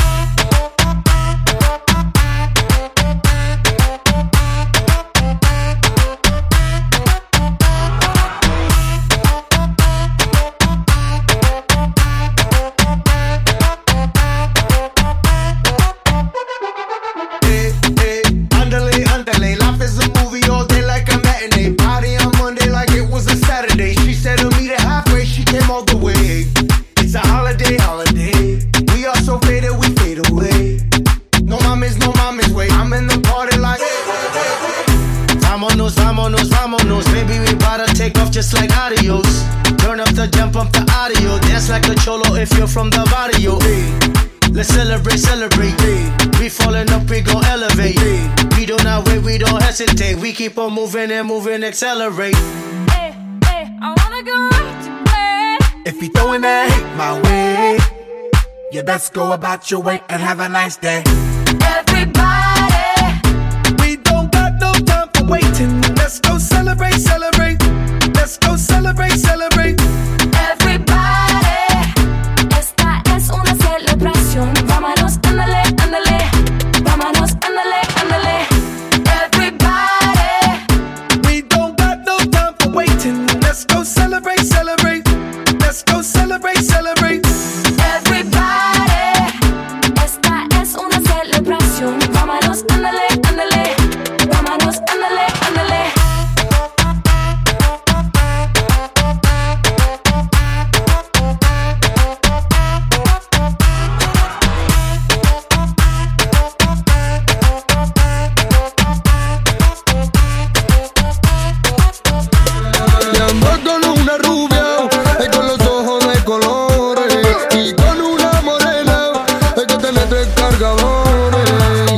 [SPEAKER 19] Hey, hey, andale, andale. Life is a movie all day like a matinee. Party on Monday,
[SPEAKER 21] just like adios. Turn up the jump up the audio. Dance like a cholo if you're from the barrio. Let's celebrate, celebrate. We falling up, we gon' elevate. We do not wait, we don't hesitate. We keep on moving and moving, accelerate.
[SPEAKER 14] Hey, hey, I wanna go right to play.
[SPEAKER 4] If you throwing that hate my way, you best go about your way and have a nice day.
[SPEAKER 14] Everybody,
[SPEAKER 4] we don't got no time for waiting. Let's go celebrate, celebrate. Let's go celebrate, celebrate.
[SPEAKER 14] Everybody, esta es una celebración. Vámonos, ándale, ándale. Vámonos, ándale, ándale. Everybody,
[SPEAKER 4] we don't got no time for waiting. Let's go celebrate, celebrate. Let's go celebrate, celebrate.
[SPEAKER 14] Everybody, esta es una celebración. Vámonos, ándale, ándale. Vámonos, ándale, ándale.
[SPEAKER 6] Y ando con una rubia, y con los ojos de colores, y con una morena, hay que tener tres cargadores.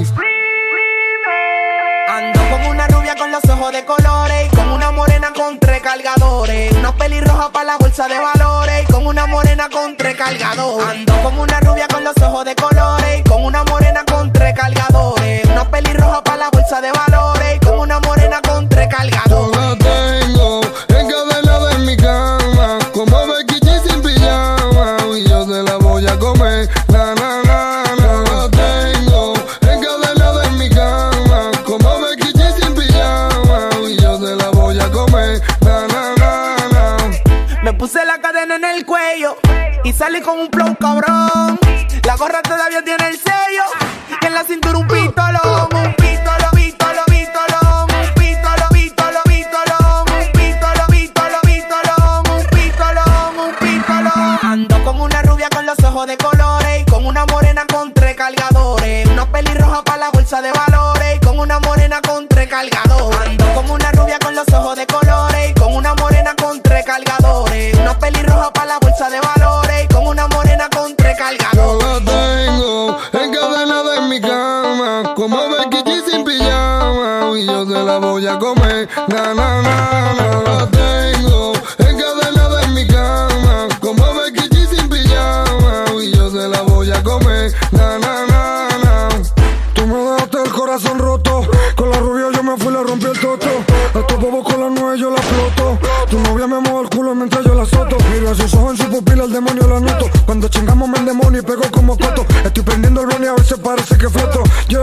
[SPEAKER 10] Ando con una rubia con los ojos de colores, y con una morena con tres cargadores. Una pelirroja para la bolsa de valores, y con una morena con tres cargadores. Ando con una rubia con los ojos de colores, y con una morena con tres cargadores. Una pelirroja para la bolsa de valores, y con una morena con tres cargadores.
[SPEAKER 6] Yo la tengo encadenada en mi cama, como Becky G sin pijama, y yo se la voy a comer, na na na na. Yo la tengo encadenada en mi cama, como Becky G sin pijama, y yo se la voy a comer, na na na na.
[SPEAKER 10] Me puse la cadena en el cuello y salí con un flow cabrón. La gorra todavía tiene el sello y en la cintura un pistolón. Un pistolo, pistolo, pistolón. Un pistolo, pistolo, pistolón. Un pistolo, pistolo, pistolón. Un pistolón, un pistolón. Ando con una rubia con los ojos de colores, y con una morena con tres cargadores. Una pelirroja para la bolsa de valores, y con una morena con tres cargadores. Ando con una rubia con los ojos de colores, y con una morena con tres cargadores. Una pelirroja para la bolsa de valores, y con una morena con tres cargadores.
[SPEAKER 6] Yo la tengo encadenada en mi cama, como Becky G sin pijama, y yo se la voy a comer, na na na na. La tengo encadenada en mi cama, como Becky G sin pijama, y yo se la voy a comer, na na na na. Tú me dejaste el corazón roto, con la rubia yo me fui, le rompí el toto. Estos bobos con la nueve yo la exploto. Tu novia me mueve el culo mientras yo la soto. Mira sus ojos en su pupila, el demonio la noto. Cuando chingamos me endemonio y pego como coto. Estoy prendiendo el blon y a veces parece que floto. Yeah,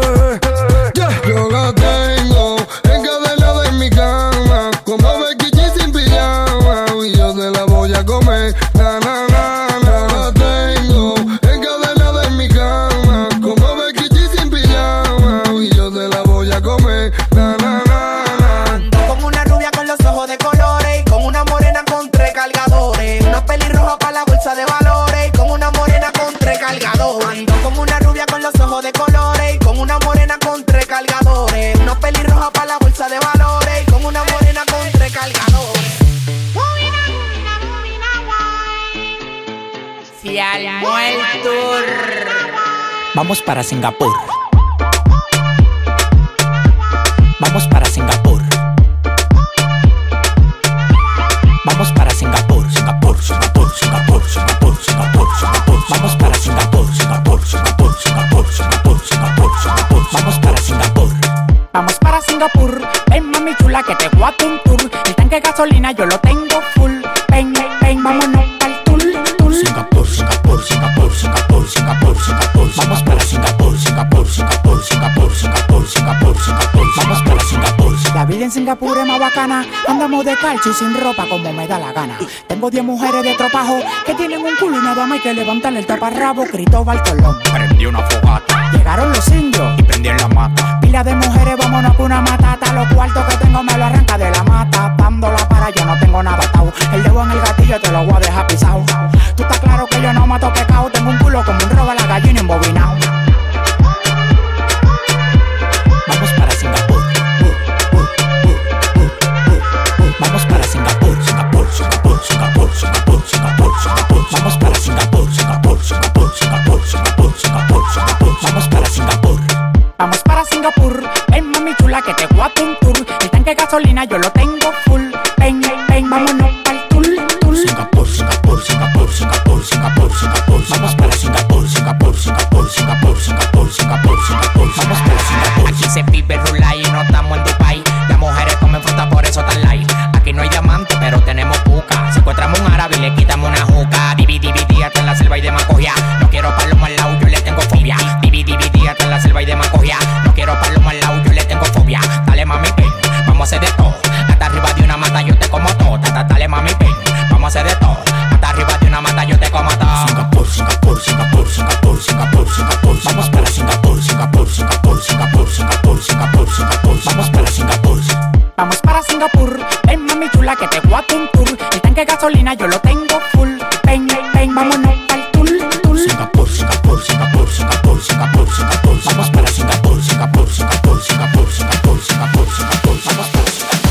[SPEAKER 6] yeah. Yo la tengo encadenada en mi cama, como Becky G sin pijama, y yo se la voy a comer, na na na na. La tengo encadenada en mi cama, como Becky G sin pijama, y yo se la voy a comer, na na na na.
[SPEAKER 10] Ando con una rubia con los ojos de colores, y con una morena con tres cargadores. Una pelirroja para la bolsa de valores, y con una morena con tres cargadores. Ando con una rubia con los ojos de colores, y con una morena con tres cargadores. Una pelirroja para la bolsa de valores, y con una morena con tres cargadores.
[SPEAKER 22] Si al muerto. Vamos para Singapur. Vamos para Singapur. Vamos para Singapur, Singapur, Singapur, Singapur, Singapur, Singapur, Singapur. Vamos para Singapur, Singapur, Singapur, Singapur, Singapur, Singapur, Singapur. Vamos para Singapur.
[SPEAKER 23] Vamos para Singapur. Ven mami chula que te voy a un tour. El tanque de gasolina yo lo tengo full. Ven, ven, vámonos pa'l tour, tour.
[SPEAKER 22] Singapur, Singapur, Singapur, Singapur, Singapur, Singapur. Vamos para Singapur, Singapur, Singapur, Singapur, Singapur, Singapur, Singapur. Vamos para Singapur.
[SPEAKER 23] La vida en Singapur es más bacana. Andamos de calcio y sin ropa como me da la gana. Tengo diez mujeres de tropajo que tienen un culo y nada más hay que levantarle el taparrabo. Cristóbal Colón
[SPEAKER 22] prendió una fogata.
[SPEAKER 23] Llegaron los indios
[SPEAKER 22] y prendí en la mata.
[SPEAKER 23] Pila de mujeres, vámonos con una matata. Los cuartos que tengo me lo arranca de la mata. Dándola para yo no tengo nada atado. El dedo en el gatillo te lo voy a dejar pisado. Tú estás claro que yo no mato pecado. Tengo un culo como un robo a la gallina embobinado.
[SPEAKER 22] Vamos para Singapur. Vamos para Singapur, Singapur.
[SPEAKER 23] gasolina yo lo tengo full. Ven, ven, vámonos pa'l tour, tour.
[SPEAKER 22] Singapur, Singapur, Singapur, Singapur, Singapur, Singapur. Vamos para Singapur, Singapur, Singapur, Singapur, Singapur, Singapur, Singapur. Vamos para Singapur.
[SPEAKER 7] Aquí se vive rulay y no estamos en Dubai. Las mujeres comen fruta, por eso tan light. Aquí no hay diamante, pero tenemos puca. Si encontramos un árabe y le quitamos una juca. Divi, dividí hasta en la selva y de Macoya. No quiero palomo al lado, yo le tengo fobia. Divi, dividí hasta en la selva y de Macoya. No quiero palomo al lado, yo le tengo fobia. Dale mami, ven, vamos a hacer de todo. Hasta arriba de una mata yo te como todo. Dale mami, ven, vamos a hacer de todo. Hasta arriba de una mata yo te como todo.
[SPEAKER 22] Singapur, Singapur, Singapur, Singapur, Singapur, Singapur. Vamos para Singapur, Singapur, Singapur, Singapur, Singapur, Singapur, Singapur. Vamos para Singapur.
[SPEAKER 23] Vamos para Singapur. Ven mami chula que te voy a un tour. El tanque de gasolina yo lo tengo full. Ven, ven, vámonos pa'l tour, tour.
[SPEAKER 22] Singapur, Singapur, Singapur, Singapur, Singapur, Singapur. Vamos para Singapur, Singapur, Singapur, Singapur, Singapur, Singapur, Singapur. Vamos para Singapur.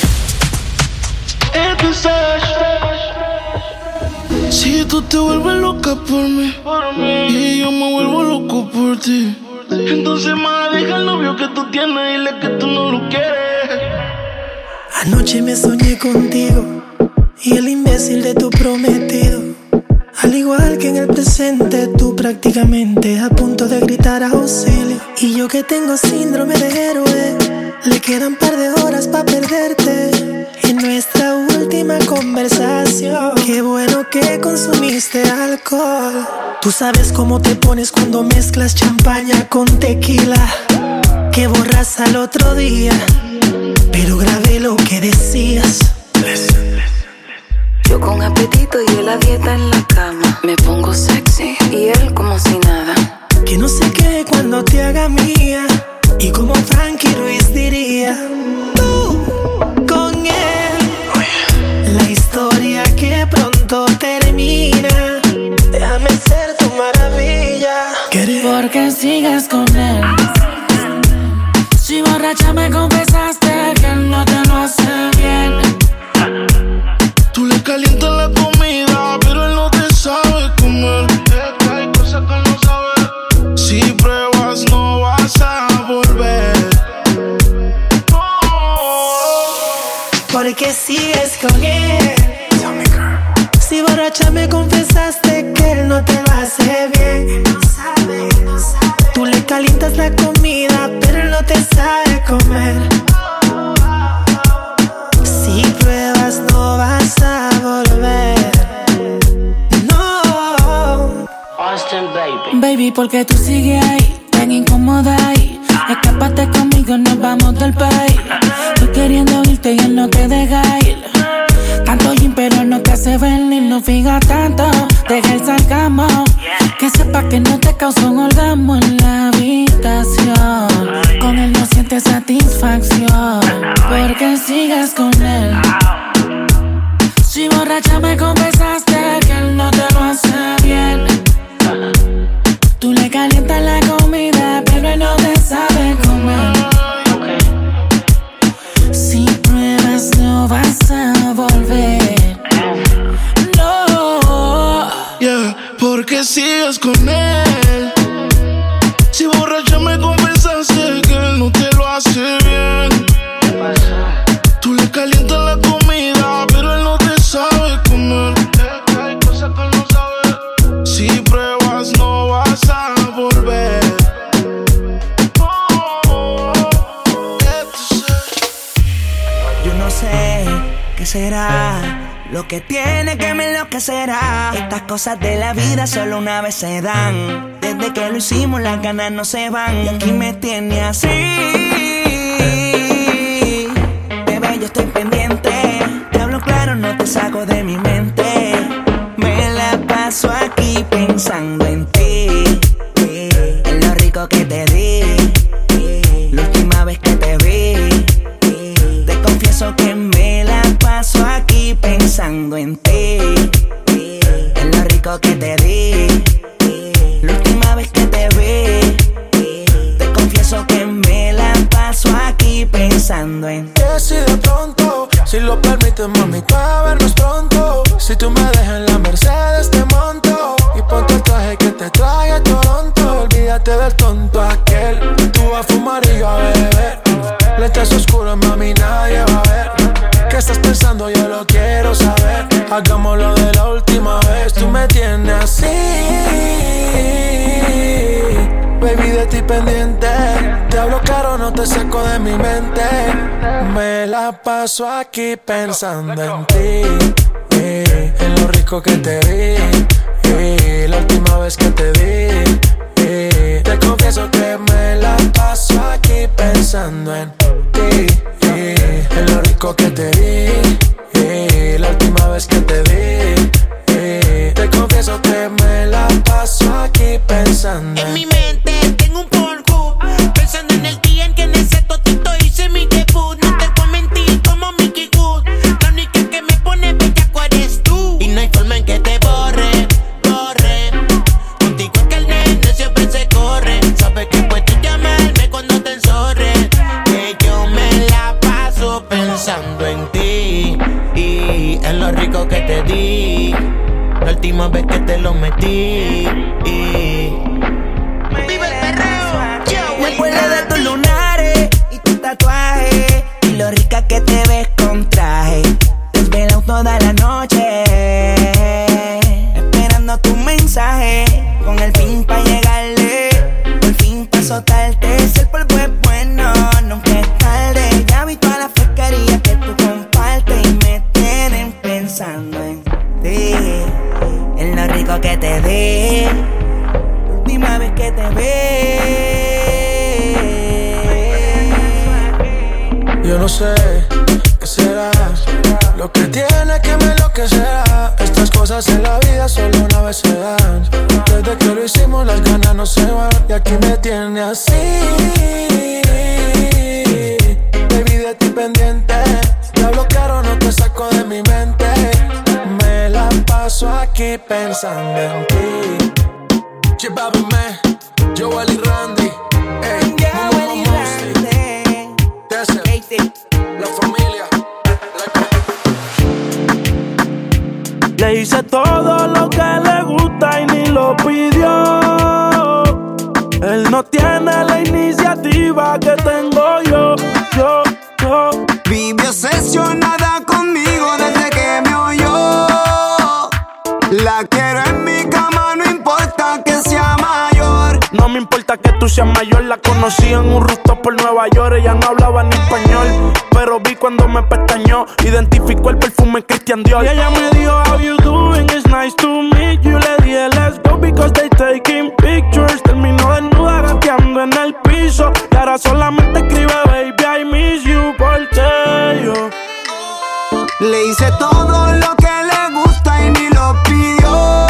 [SPEAKER 4] Si tú te vuelves loca por mí, y yo me vuelvo loco por ti, entonces más deja el novio que tú tienes y dile que tú no lo quieres.
[SPEAKER 8] Anoche me soñé contigo y el imbécil de tu prometido. Al igual que en el presente, tú prácticamente a punto de gritar auxilio. Y yo que tengo síndrome de héroe, le quedan par de horas pa' perderte. En nuestra última conversación, qué bueno que consumiste alcohol. Tú sabes cómo te pones cuando mezclas champaña con tequila, que borras al otro día, pero grabé lo que decías.
[SPEAKER 9] Yo con apetito y él a dieta en la cama. Me pongo sexy y él como si nada.
[SPEAKER 8] Que no se quede cuando te haga mía. Y como Frankie Ruiz diría, tú con él, la historia que pronto termina. Déjame ser tu maravilla.
[SPEAKER 5] Porque sigues con él. Si borracha me confesaste que él no te lo hace bien.
[SPEAKER 4] Tú le calientas la comida, pero él no te sabe comer. Es que hay cosas que no sabes. Si pruebas no vas a volver.
[SPEAKER 8] Oh. Porque sigues con él. Si borracha me confesaste que él no te lo hace bien. No sabe, no sabe. Tú le calientas la comida, pero él no te sabe comer. Si pruebas no vas a volver. No.
[SPEAKER 9] Austin, baby.
[SPEAKER 5] Baby, porque tú sigues ahí, tan incómoda ahí. Escápate conmigo, nos vamos del país. Tú queriendo irte y él no te deja ir. Tanto gym pero no te hace venir. No fijas tanto, deja el sarcasmo. Que sepa que no te causó un orgasmo en la habitación. Con él no sientes satisfacción. Porque sigues con él. Si borracha me confesaste que él no te lo hace bien. Tú le calientas la comida, pero él no te sabe comer. Si pruebas no vas a volver. No.
[SPEAKER 4] Yeah, porque sigues con él. Si borracha me confesaste que él no te lo hace bien. Tú le calientas la comida, pero él no te sabe comer. Es que hay cosas que no sabes. Si pruebas no vas a volver.
[SPEAKER 24] Yo no sé qué será lo que tiene que me enloquecerá. Estas cosas de la vida solo una vez se dan. Desde que lo hicimos las ganas no se van. Y aquí me tiene así. Bebé, yo estoy pendiente. Te hablo claro, no te saco de mi mente. Me la paso aquí pensando en ti, en lo rico que te di. La última vez que te vi, te confieso que me la paso aquí pensando en ti, en lo rico que te di. La última vez que te vi, te confieso que me la paso aquí pensando en ti.
[SPEAKER 25] Que si de pronto, si lo permites mami, para vernos pronto. Si tú me dejas en la Mercedes te monto y ponte el traje que te trae a Toronto. Olvídate del tonto aquel, tú vas a fumar y yo a beber. Lentes oscuros mami nadie va a saber. Hagámoslo de la última vez. Tú me tienes así, baby, de ti pendiente. Te hablo claro, no te saco de mi mente. Me la paso aquí pensando en ti, eh, en lo rico que te vi, eh, la última vez que te vi, eh, te confieso que me la paso aquí pensando en ti, eh, en lo rico que te vi, eh, la última vez que te vi, eh, te confieso que me la paso aquí pensando en,
[SPEAKER 2] en mi mente tengo un porco, pensando en el día en que en ese totito hice mi debut. No te voy a mentir como Mickey Good, la única que me pone bellaco eres tú. Y no hay forma en que te borre, borre. Contigo es que el nene siempre se corre. Sabes que puedes llamarme cuando te enzorre, que yo me la paso pensando en ti y en lo rico que te di la última vez que te lo metí. ¡Vive el perreo!
[SPEAKER 24] Me acuerdo de tus lunares y tu tatuaje y lo rica que te ves con traje. Desvelado toda la noche esperando tu mensaje con el fin pa' llegarle, por fin pa' soltarte. Si el polvo es bueno, nunca es tarde. Ya vi toda la fresquería que tú compartes y me tienen pensando en ti, en lo rico que te di, última vez que te vi.
[SPEAKER 25] Yo no sé qué será lo que tiene que me enloquecerá. Estas cosas en la vida solo una vez se dan. Desde que lo hicimos las ganas no se van. Y aquí me tiene así, baby, de ti pendiente. Te hablo claro, no te saco de mi mente. Me la paso aquí pensando en ti. Chibabi me, Joel y Randy, ey, Joel y Randy, Desert, la familia.
[SPEAKER 3] Le hice todo lo que le gusta y ni lo pidió. Él no tiene la iniciativa que tengo yo, yo, yo.
[SPEAKER 11] Vive obsesionada conmigo desde que me oyó. La quiero en mi cama, no importa que sea mayor.
[SPEAKER 3] No me importa que tú seas mayor. La conocí en un rooftop por Nueva York. Ella no hablaba ni español, pero vi cuando me pestañó. Identificó el perfume Christian Dior. Y ella me dijo, how you doing? It's nice to meet you. Le dije, let's go because they taking pictures. Terminó desnuda gateando en el piso. Y ahora solamente escribe, baby, I miss you. Porque yo
[SPEAKER 11] le hice todo lo que le gusta y ni lo pidió.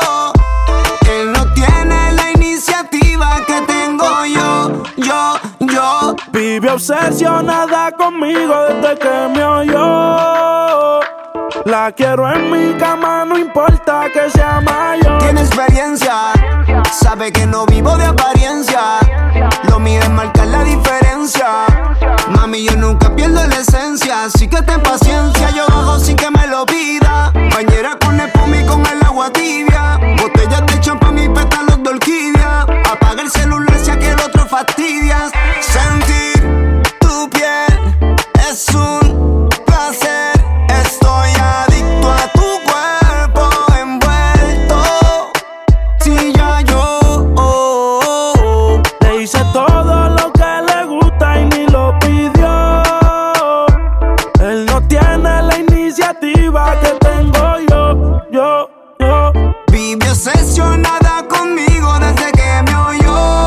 [SPEAKER 11] Él no tiene la iniciativa que tengo yo, yo, yo.
[SPEAKER 3] Vive obsesionada conmigo desde que me oyó. La quiero en mi cama, no importa que sea mayor.
[SPEAKER 11] Tiene experiencia, sabe que no vivo de apariencia. Lo mío es marcar la diferencia. Mami, yo nunca pierdo la esencia, así que ten paciencia. Yo bajo sin que me lo pida. Bañera con espuma y con el agua tibia. Botellas de champán y pétalos de orquídea. Apaga el celular si aquel otro fastidias. Sentir tu piel es un placer. Estoy adicto a tu cuerpo envuelto. Si ya yo oh, oh, oh.
[SPEAKER 3] Le hice todo lo que le gusta y ni lo pidió. Él no tiene la iniciativa que tengo yo, yo, yo.
[SPEAKER 11] Vive obsesionada conmigo desde que me oyó.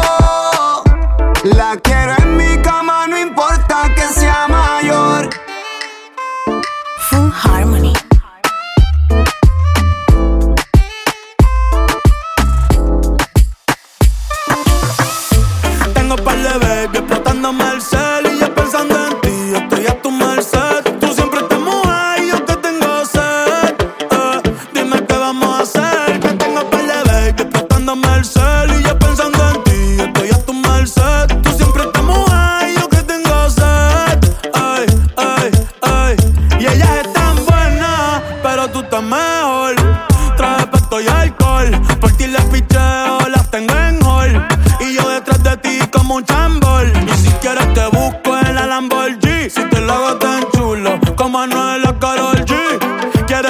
[SPEAKER 11] La quiero en mi cama, no importa que sea mayor.
[SPEAKER 24] Full Harmony.
[SPEAKER 3] Tengo par de baby explotándome el cel y yo pensando en ti, estoy a tu merced. Tú siempre te mojas y yo que tengo sed, eh, dime qué vamos a hacer. Que tengo par de baby explotándome el cel y yo pensando en ti, estoy a tu merced. Tú siempre te mojas y yo que tengo sed, ay, ay, ay. Y ella es tan buena, pero tú estás mejor. Traje pesto y alcohol, por ti les picheo, las tengo en hall. Y yo detrás de ti como un chambol. Y si quieres te busco en la Lamborghini. Si te lo hago tan chulo como Anuel o Karol G. Quiero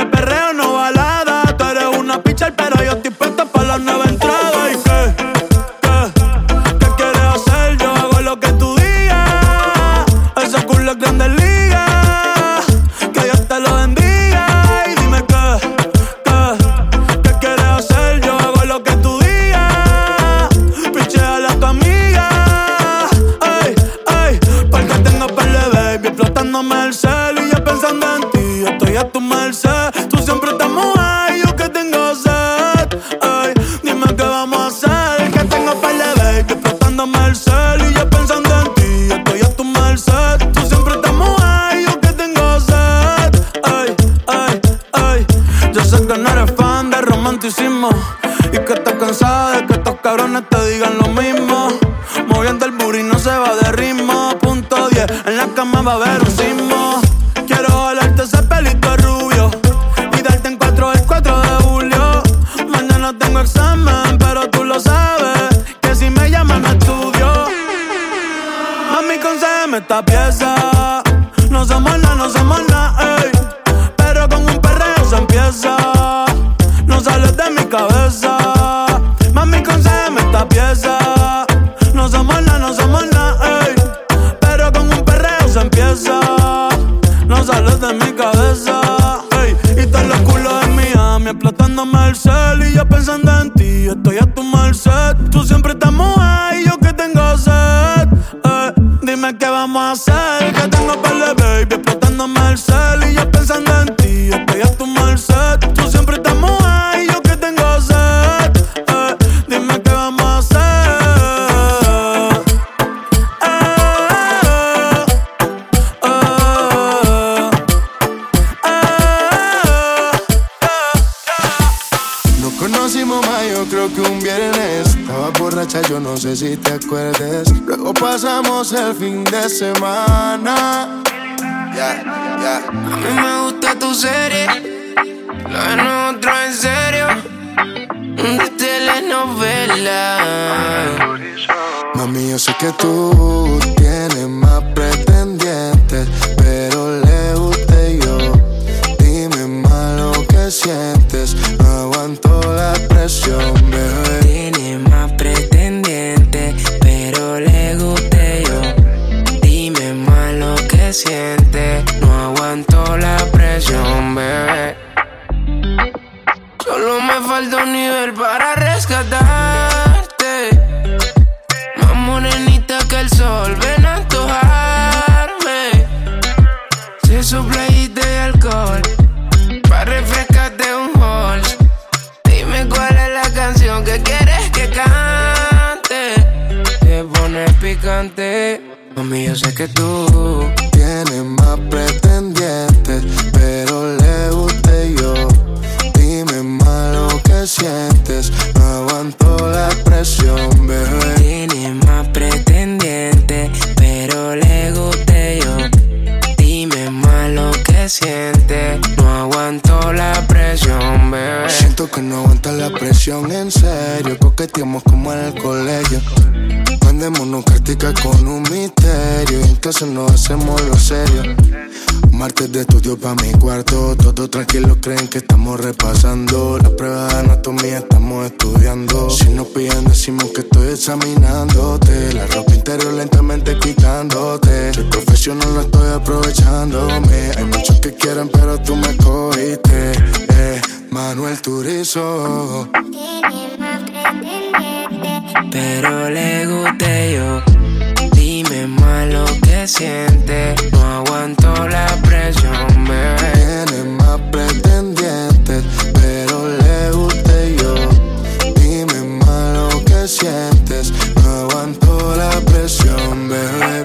[SPEAKER 3] Yo sé que no eres fan de romanticismo y que estás cansada de que estos cabrones te digan lo mismo. Moviendo el booty no se va de ritmo. Punto diez, en la cama va a haber un sismo. Quiero jalarte ese pelito rubio y darte en cuatro el cuatro de julio. Mañana tengo examen, pero tú lo sabes, que si me llaman a estudio. Mami, concédeme esta pieza. No somos nada, no somos nada, ey. Pero con un perreo se empieza. No sales de mi cabeza. Mami, concédeme esta pieza. No somos nada, no somos nada, ey. Pero con un perreo se empieza. No sales de mi cabeza, ey. Y todos los culos de Miami explotándome el cel. Y yo pensando en ti, estoy a tu merced. Tú siempre estás mujer y yo que tengo sed, ey. Dime qué vamos a hacer, que tengo pele, baby, explotándome el cel. Y yo pensando en ti, estoy a tu merced. Tú siempre estás mujer y yo que tengo sed, eh. Dime qué vamos a hacer, eh, eh,
[SPEAKER 6] eh. Nos conocimos más, yo creo que un viernes. Estaba borracha, yo no sé si te acuerdes. Luego pasamos el fin de semana.
[SPEAKER 12] Yeah, yeah. A mí me gusta tu serie, lo de nosotros en serio, de telenovela.
[SPEAKER 6] Mami, yo sé que tú tienes más pretendientes, pero le gusté yo. Dime más lo que sientes, no aguanto la presión, bebé.
[SPEAKER 12] Tiene más pretendientes, pero le gusté yo. Dime más lo que sientes, no aguanto la presión, bebé. Solo me falta un nivel para rescatarte. Más morenita que el sol, ven a antojarme. Si su playita de alcohol, pa' refrescarte un Halls. Dime cuál es la canción que quieres que cante. Te pones picante. Mami, yo sé que tú
[SPEAKER 6] tienes más pretendientes, pero le gusté yo. Dime más lo que sientes, no aguanto la presión, bebé.
[SPEAKER 12] Tiene más pretendientes, pero le gusté yo. Dime más lo que sientes, no aguanto la presión, bebé.
[SPEAKER 6] Siento que no aguanta la presión, en serio. Coqueteamos como en el colegio. Mandémonos carticas con un misterio. En casa no hacemos lo serio. Martes de estudio pa' mi cuarto. Todos tranquilos creen que estamos repasando. La prueba de anatomía estamos estudiando. Si nos pillan decimos que estoy examinándote. La ropa interior lentamente quitándote. Soy profesional, no estoy aprovechándome. Hay muchos que quieren pero tú me cogiste, eh. Manuel Turizo.
[SPEAKER 12] Pero le gusté yo. Dime más lo que sientes, no aguanto la presión, bebé.
[SPEAKER 6] Tiene más pretendientes, pero le gusté yo. Dime más lo que sientes, no aguanto la presión, bebé.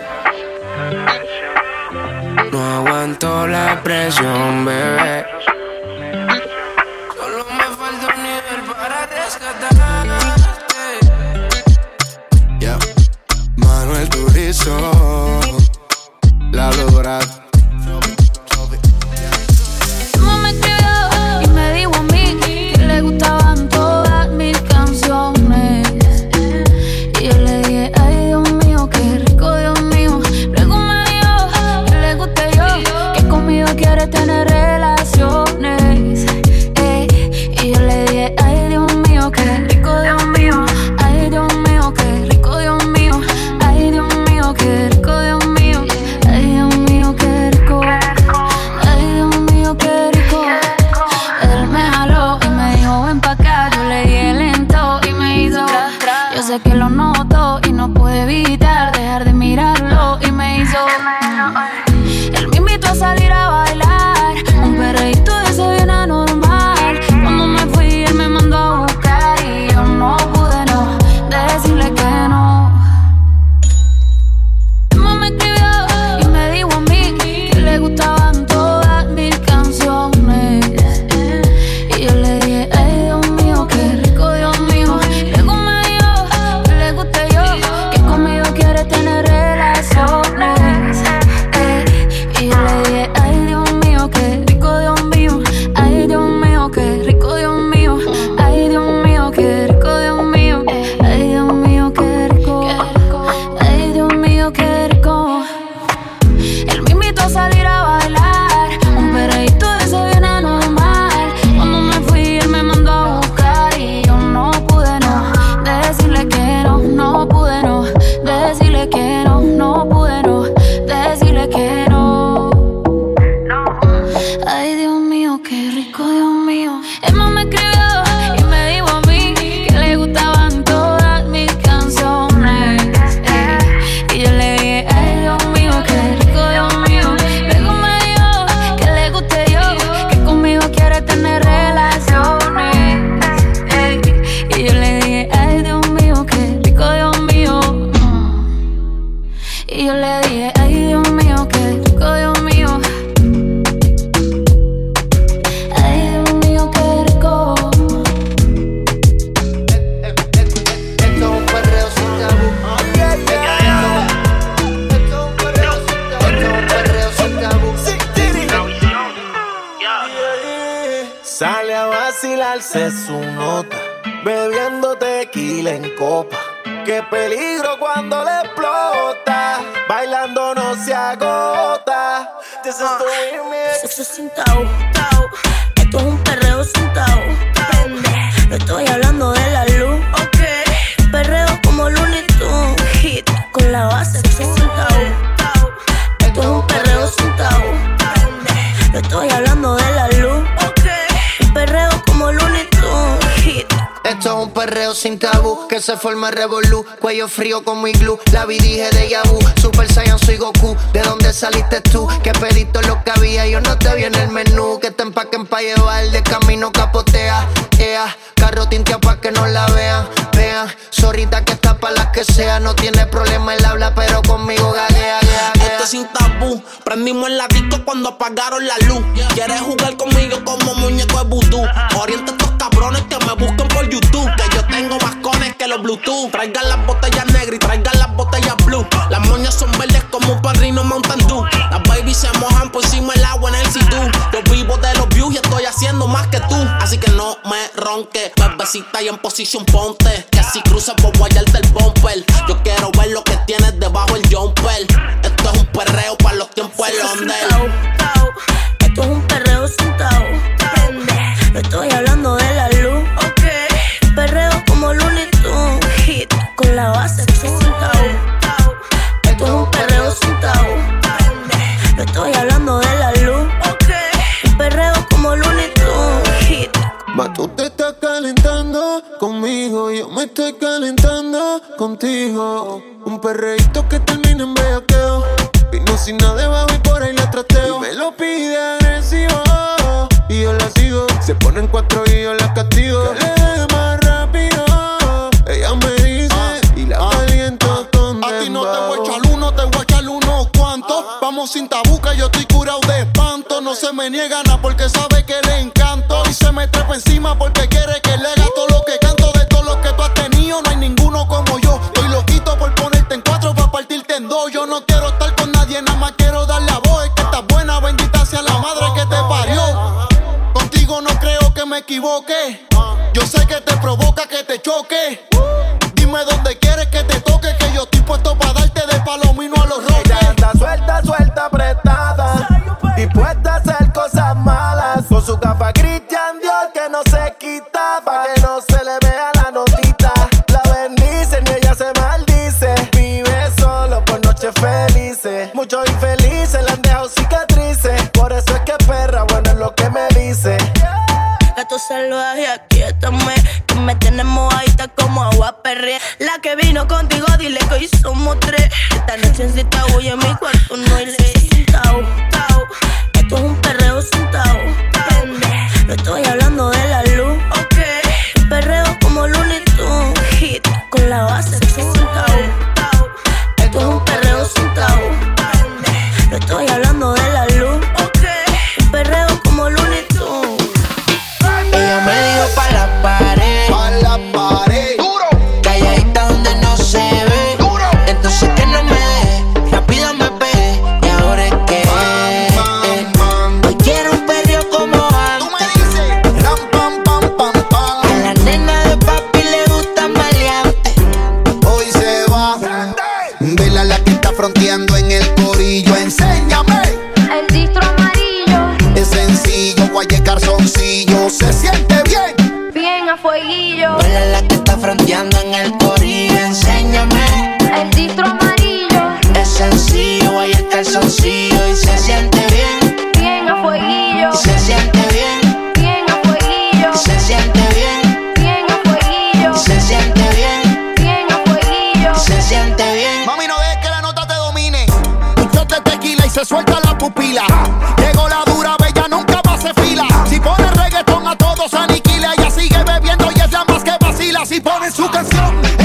[SPEAKER 12] No aguanto la presión, bebé. Solo me falta un nivel para rescatarte.
[SPEAKER 6] Yeah. Manuel Turizo, la lograr.
[SPEAKER 14] Mamá me escribió y me dijo a mí que le gustaban todas mis canciones. Y yo le dije, ay Dios mío, qué rico, Dios mío. Luego me dijo que le gusté yo, que conmigo quiere tener relaciones. eh. Y yo le dije, ay Dios mío, qué rico, Dios mío. Ay Dios mío, qué rico, Dios mío. Ay Dios mío, qué rico.
[SPEAKER 25] Sale a vacilarse su nota, bebiendo tequila en copa. Qué peligro cuando le explota, bailando no se agota. This is the remix.
[SPEAKER 13] Sexo sin tabú, tabú. Esto es un perreo sin tabú. Prende, no estoy hablando de la luz. Ok, perreo como Looney Tunes. Hit con la base, sexo sin tabú, tabú. Esto es un perreo sin tabú. Prende, no estoy hablando de la luz. Ok, perreo como Looney Tunes. Hit.
[SPEAKER 11] Esto es un perreo sin tabú, que se forma revolú, cuello frío como iglú, la vi dije de Yahoo, Super Saiyan soy Goku, ¿de dónde saliste tú? Que pediste lo que había, yo no te vi en el menú, que te empaquen pa' llevar, de camino capotea, ea, carro tinteado pa' que no la vean, vean, zorrita que está pa' las que sea, no tiene problema el habla, pero conmigo gaguea, gaguea, gaguea.
[SPEAKER 10] Esto es sin tabú, prendimos el disco cuando apagaron la luz, quieres jugar conmigo como muñeco de vudú, orienta a estos cabrones que me busquen por YouTube. Que yo tengo más cones que los Bluetooth. Traigan las botellas negras y traigan las botellas blue. Las moñas son verdes como un padrino Mountain Dew. Las babies se mojan por encima del agua en el sidú. Yo vivo de los views y estoy haciendo más que tú. Así que no me ronque, bebecita y en posición ponte. Que si cruzas por guayarte el bumper. Yo quiero ver lo que tienes debajo el jumper. Esto es un perreo para los tiempos del Londel.
[SPEAKER 13] Esto es un perreo sin tabú. Prende, no estoy hablando de la luz. Perreo como Looney Tunes. Hit con la base, sexo sin tabú. Esto es un perreo sin tabú. No estoy hablando de la luz. Perreo como Looney Tunes. Hit.
[SPEAKER 6] Ma tú te estás calentando conmigo, yo me estoy calentando contigo. Un perreíto que termina en bellaqueo, vino sin nada debajo y por ahí la trateo. Y me lo pide agresivo y yo la sigo. Se ponen cuatro y yo la castigo. Que le deje más rápido, ella me dice ah, y la ah, caliento ah, con
[SPEAKER 15] a ti no te voy a echar uno, te voy a echar unos cuantos. ah, Vamos sin tabuca, yo estoy curado de espanto. No se me niega nada porque sabe que le encanto. Y se me trepa encima porque quiere que le haga todo lo que canto. De todo lo que tú has tenido no hay ninguno como yo. Estoy loquito por ponerte en cuatro pa' partirte en dos. Yo no quiero estar con nadie, nada más quiero dar la voz. Es que estás buena, bendita sea la madre que te parió. Contigo no creo que me equivoque. Yo sé que te provoca que te choque. Dime dónde quieres que te toque, que yo estoy puesto pa' darte de palomino a los roques.
[SPEAKER 25] Ella anda suelta, suelta, apretada, dispuesta a hacer cosas malas. Con su capa Christian Dior que no se quita, pa' que no se le vea la notita. La bendicen y ella se maldice. Vive solo por noches felices. Muchos infelices le han dejado cicatrices. Por eso es que perra, bueno es lo que me dice.
[SPEAKER 13] Gato salvaje, aquíétame, que me tienes mojadita como agua perrea. La que vino contigo, dile que hoy somos tres. Esta noche en cita voy en mi cuarto, no hay ley. Sin tabú, tabú. Esto es un perreo sin tabú. Prende, no estoy hablando de la luz. Ok, perreo como Looney Tunes. Hit con la base, sexo sin tabú, tabú. Esto es un perreo sin tabú. Prende, no estoy hablando de la luz. Ok, perreo como Looney Tunes.
[SPEAKER 24] Ella me dijo pa' la pared,
[SPEAKER 15] pa' la pared,
[SPEAKER 24] duro, calladita donde no se ve, duro, entonces que no me deje, rápido me pegue, y ahora es que man, man, hoy quiero un perreo como antes.
[SPEAKER 15] Tú me dices, ram, pam, pam, pam, pam.
[SPEAKER 24] A la nena de papi le gusta maleante.
[SPEAKER 15] Hoy se va, vela la que está fronteando en el corillo. Enséñame
[SPEAKER 13] el distro amarillo,
[SPEAKER 15] es sencillo, guaye calzoncillo. Se siente bien,
[SPEAKER 13] bien a fueguillo.
[SPEAKER 24] Vela la que está fronteando en el corillo. Enséñame
[SPEAKER 13] el distro amarillo,
[SPEAKER 24] es sencillo, hay el calzoncillo. Y se siente bien,
[SPEAKER 13] bien a fueguillo.
[SPEAKER 24] Y se siente bien,
[SPEAKER 13] bien a fueguillo.
[SPEAKER 24] Y se siente bien,
[SPEAKER 13] bien a fueguillo.
[SPEAKER 24] Y se siente bien,
[SPEAKER 13] bien a fueguillo.
[SPEAKER 24] Y se siente bien.
[SPEAKER 15] mami, no dejes que la nota te domine. Un shot de tequila y se suelta la pupila. Llegó la dura, bella, nunca va a hacer fila. Si pone reggaetón a todos aniquila. Ella sigue bebiendo y es la más que vacila. Si pone su canción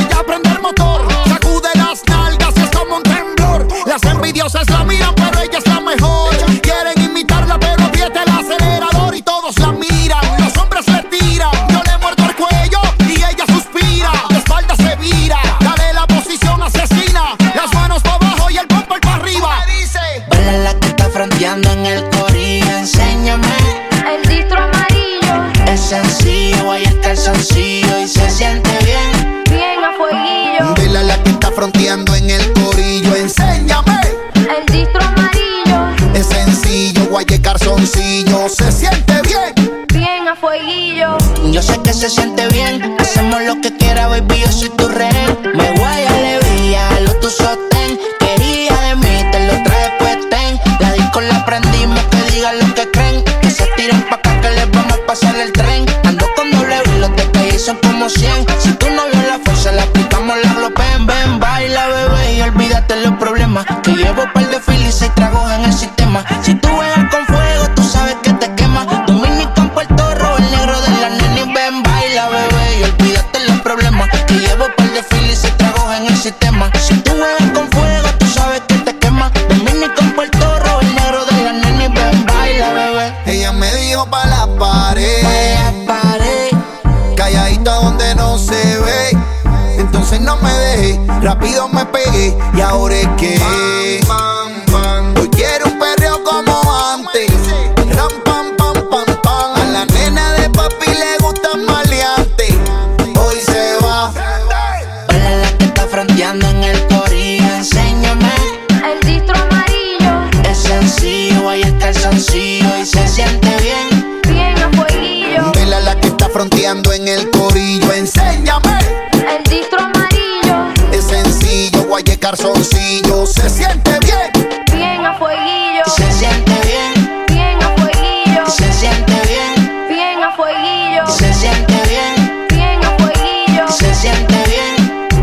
[SPEAKER 1] sencillo y se siente bien.
[SPEAKER 13] Bien a fueguillo.
[SPEAKER 11] Dile a la que está fronteando en el corillo, enséñame.
[SPEAKER 13] El distro amarillo.
[SPEAKER 11] Es sencillo, guaye calzoncillo, se siente bien.
[SPEAKER 13] Bien a fueguillo.
[SPEAKER 1] Yo sé que se siente bien. Hacemos lo que quiera, baby, yo soy tu rehén. Me guay alegría, lo tu sostén. Quería de mí, te lo traje pues ten. La disco la prendimos, que digan lo que creen. Que se tiren pa' acá que les vamos a pasar el tren. Ando con doble B, los de calle son como cien. Si tú no vio la fuerza, la aplicamos la glopen. Ven, baila, bebé, y olvídate los problemas. Que llevo par de filis y seis tragos en el sistema. Si tú juegas con fuego, tú sabes que te quema. Dominican, Puerto Rico, el negro de la nena. Ven, baila, bebé, y olvídate los problemas. Que llevo par de filis y seis tragos en el sistema. Si tú juegas con fuego, tú sabes que te quema. Dominican, Puerto Rico, el negro de la nena. Ven, baila, bebé.
[SPEAKER 11] Ella me dijo pa' la pared,
[SPEAKER 1] pa' la pared,
[SPEAKER 11] calladita donde no se ve. Entonces no me dejé, rápido me pegué. Y ahora es que bam, bam, bam. Hoy quiero un perreo como antes. Ram, pam, pam, pam, pam. A la nena de papi le gustan maleantes. Hoy se va.
[SPEAKER 1] Hola, la que está fronteando en el corillo, enséñame.
[SPEAKER 13] El distro amarillo.
[SPEAKER 1] Es sencillo, ahí el calzoncillo y se siente bien.
[SPEAKER 13] Bien a fueguillo.
[SPEAKER 11] Dile a la que está fronteando en el corillo, enséñame.
[SPEAKER 13] El distro amarillo.
[SPEAKER 11] Es sencillo, guaye calzoncillo, se siente bien.
[SPEAKER 13] Bien a fueguillo.
[SPEAKER 1] Se siente bien.
[SPEAKER 13] Bien a fueguillo.
[SPEAKER 1] Se siente bien.
[SPEAKER 13] Bien a fueguillo.
[SPEAKER 1] Se siente bien.
[SPEAKER 13] Bien a fueguillo.
[SPEAKER 1] Se siente bien.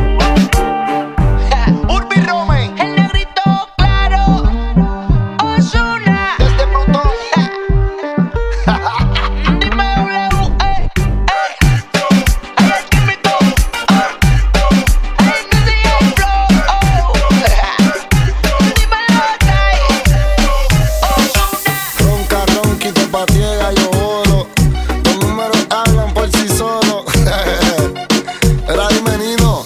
[SPEAKER 11] Urbi Rome,
[SPEAKER 1] El negrito claro. Ozuna.
[SPEAKER 11] desde pronto.
[SPEAKER 1] Dime W, eh, eh. Ay, es que me toco. Ay, no sé el flow. Dímelo, Tay. Ozuna.
[SPEAKER 6] Ronca, ronquito, patiega, yo jolo. Los números hablan por sí solos. Era dime, Nino.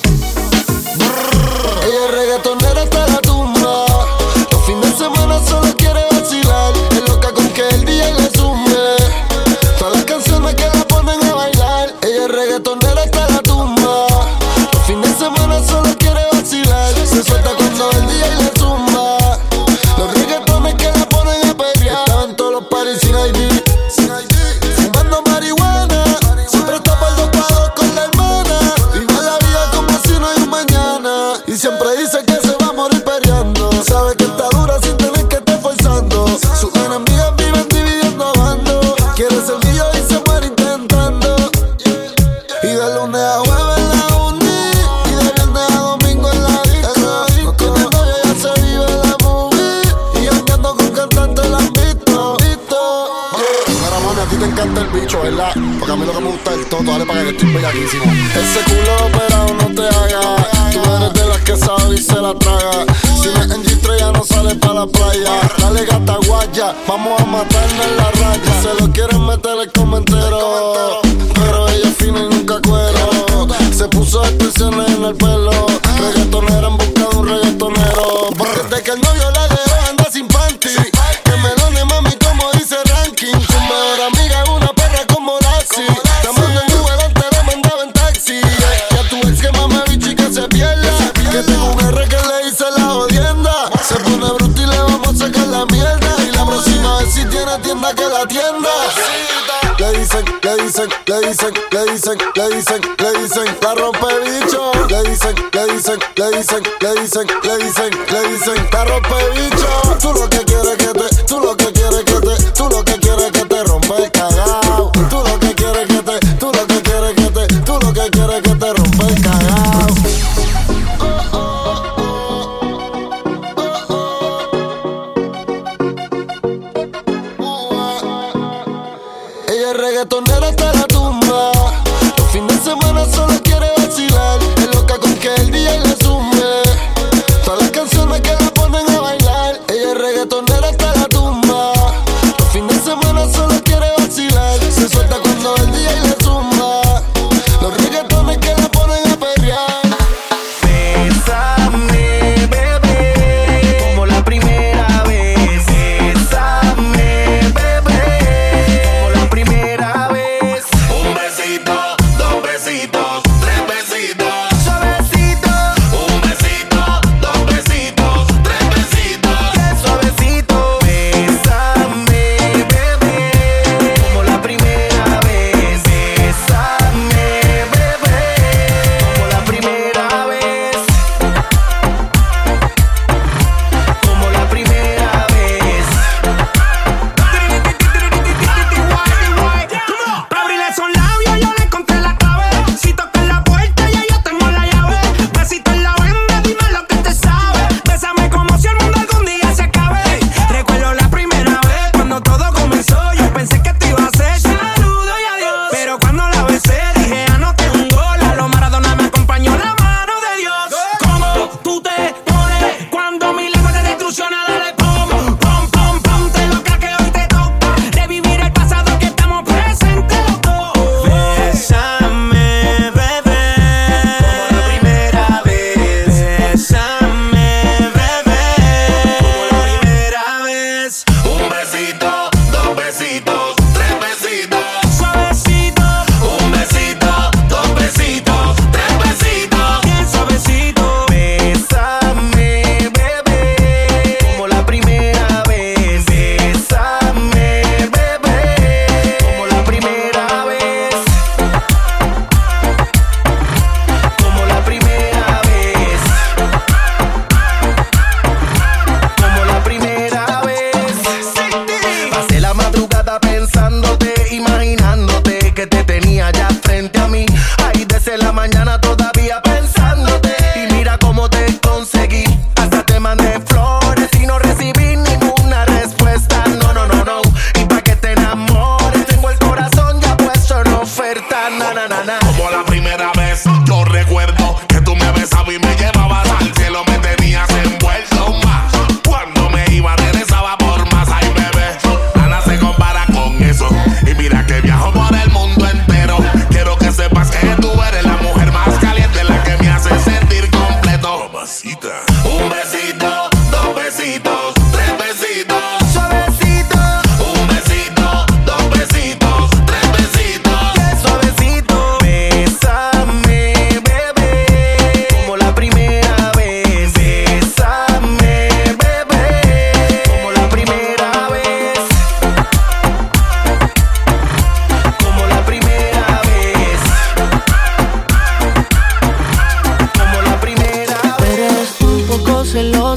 [SPEAKER 6] Brrr. Ella es reggaetonera hasta la tumba. Los fines de semana solo quiere vacilar. Es loca con que el día le zumbe. Todas las canciones que la ponen a bailar. Ella es reggaetonera hasta la tumba. Los fines de semana solo quiere vacilar. Se suelta cuando el día le zumba. Los reggaetones que la ponen a pelear. Estaban todos los parties sin I D. Fumando marihuana. Siempre está para dos pados con la hermana. Vive la vida como si no hay un mañana. Y siempre dice que se va a morir peleando. Sabe que está dura sin tener que estar forzando. Sus enemigas viven dividiendo bandos. Quiere ser mío y se muere intentando. Y de lunes a jueves en la uni. Y de viernes a domingo en la disco. No tiene novia, ya se vive la movie. Y andando con cantantes la han visto. Visto. Mira, mami, a ti te encanta el bicho, ¿verdad? Porque a mí lo que me gusta es el toto, dale para que estoy bellaquísimo. Ese culo operado no te haga. Tú eres de las que sabe y se la traga. Si no es en G-tres ya no sale para la playa. Dale gata guaya, vamos a matarla en la raya. Se lo quieren meter el comentero, pero ella es fina y nunca cuero. Se puso expresiones en el pelo. Reggaetonera en busca de un reggaetonero. Desde que el novio la dejó anda sin panty. Que melone mami como dice ranking. Tu mejor amiga es una perra como Lassie. Te mando en Uber, antes la mandaba en taxi. Y a tu ex que mama bichi que se pierda. Que tengo un R que le hice la jodienda. Se pone bruto y le vamos a sacar la mierda. Y la próxima vez si tiene tienda que la tienda. Le dicen, le dicen, le dicen, le dicen, le dicen, le dicen, la rompe bicho. Le dicen, le dicen, le dicen, le dicen, le dicen, le dicen, la rompe bicho. Tú lo que quieres que te, tú lo que quieres que te, tú lo que quieres que te rompe el cagao. Tú lo que quieres que te, tú lo que quieres que te, tú lo que quieres que te rompe el cagao. Ella es reggaetonera hasta la tumba. Los fines de semana solo quiere vacilar. Es loca con que el día le zumbe. Todas las canciones que la ponen a bailar. Ella es reggaetonera hasta la tumba. Los fines de semana solo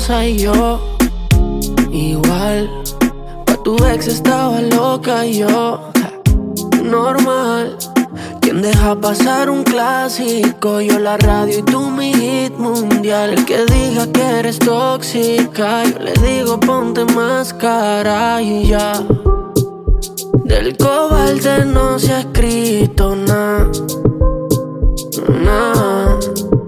[SPEAKER 23] cosa y yo igual. Pa' tu ex estaba loca y yo normal. ¿Quién deja pasar un clásico? Yo la radio y tú mi hit mundial. El que diga que eres tóxica, yo le digo ponte máscara y ya. Del cobalde no se ha escrito nada, nada.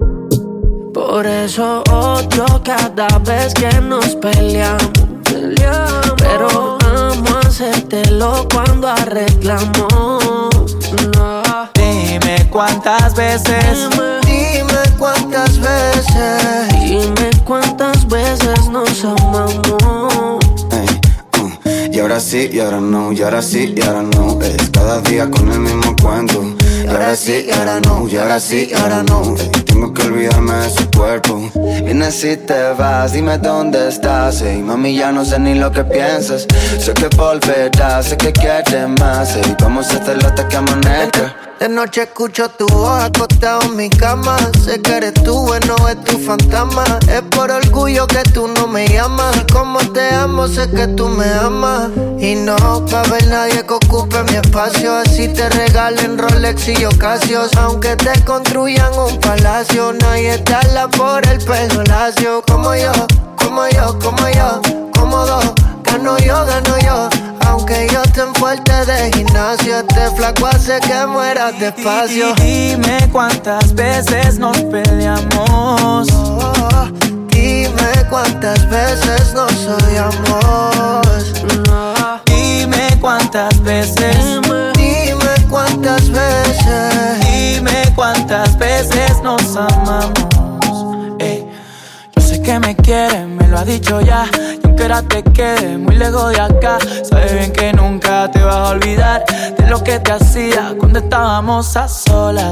[SPEAKER 23] Por eso odio cada vez que nos peleamos, peleamos. Pero amo hacértelo cuando arreglamos. No.
[SPEAKER 24] Dime cuántas veces,
[SPEAKER 23] Dime,
[SPEAKER 24] dime cuántas veces,
[SPEAKER 23] dime cuántas veces nos amamos.
[SPEAKER 6] Ey, uh, y ahora sí, y ahora no, y ahora sí, y ahora no. Es cada día con el mismo cuento. Y ahora sí, y ahora no, y ahora sí, y ahora no. Ey, tengo que olvidarme de su cuerpo. Dime si te vas, dime dónde estás. Ey, mami, ya no sé ni lo que piensas. Sé que volverás, sé que quieres más. Ey, vamos a hacerlo hasta que amanezca.
[SPEAKER 24] de noche escucho tu voz acostado en mi cama. Sé que eres tú, bueno, es tu fantasma. Es por orgullo que tú no me llamas. Y como te amo, sé que tú me amas. Y no va a haber nadie que ocupe mi espacio. Así te regalen Rolex y Ocasios. Aunque te construyan un palacio, nadie te habla por el pelo lacio. Como yo, como yo, como yo, cómodo. Gano yo, gano yo. Aunque yo esté en fuerte de gimnasio, este flaco hace que mueras despacio. Dime cuántas veces nos peleamos.
[SPEAKER 23] Oh,
[SPEAKER 24] dime cuántas veces nos odiamos.
[SPEAKER 23] No.
[SPEAKER 24] Dime cuántas veces.
[SPEAKER 23] Dime.
[SPEAKER 24] Dime cuántas veces. Dime cuántas veces nos amamos. Ey, yo sé que me quieres, me lo ha dicho ya. Que ahora te quedes muy lejos de acá. Sabes bien que nunca te vas a olvidar de lo que te hacía cuando estábamos a solas.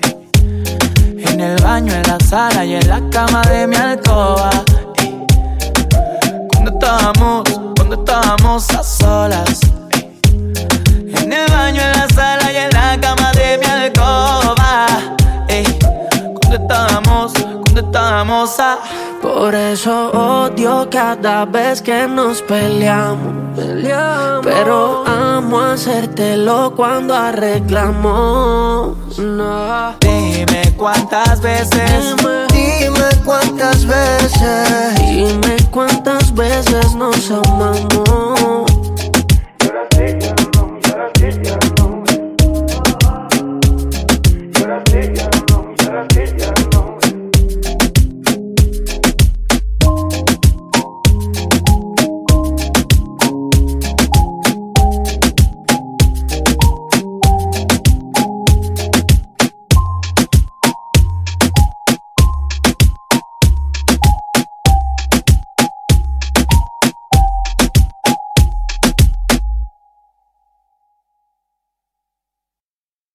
[SPEAKER 24] En el baño, en la sala y en la cama de mi alcoba. Cuando estábamos, cuando estábamos a solas. En el baño, en la sala y en la cama de mi alcoba. Cuando estábamos, cuando estábamos a...
[SPEAKER 23] Por eso odio cada vez que nos peleamos, peleamos. Pero amo hacértelo cuando arreglamos. No.
[SPEAKER 24] Dime cuántas veces.
[SPEAKER 23] Dime,
[SPEAKER 24] dime cuántas veces.
[SPEAKER 23] Dime cuántas veces nos amamos.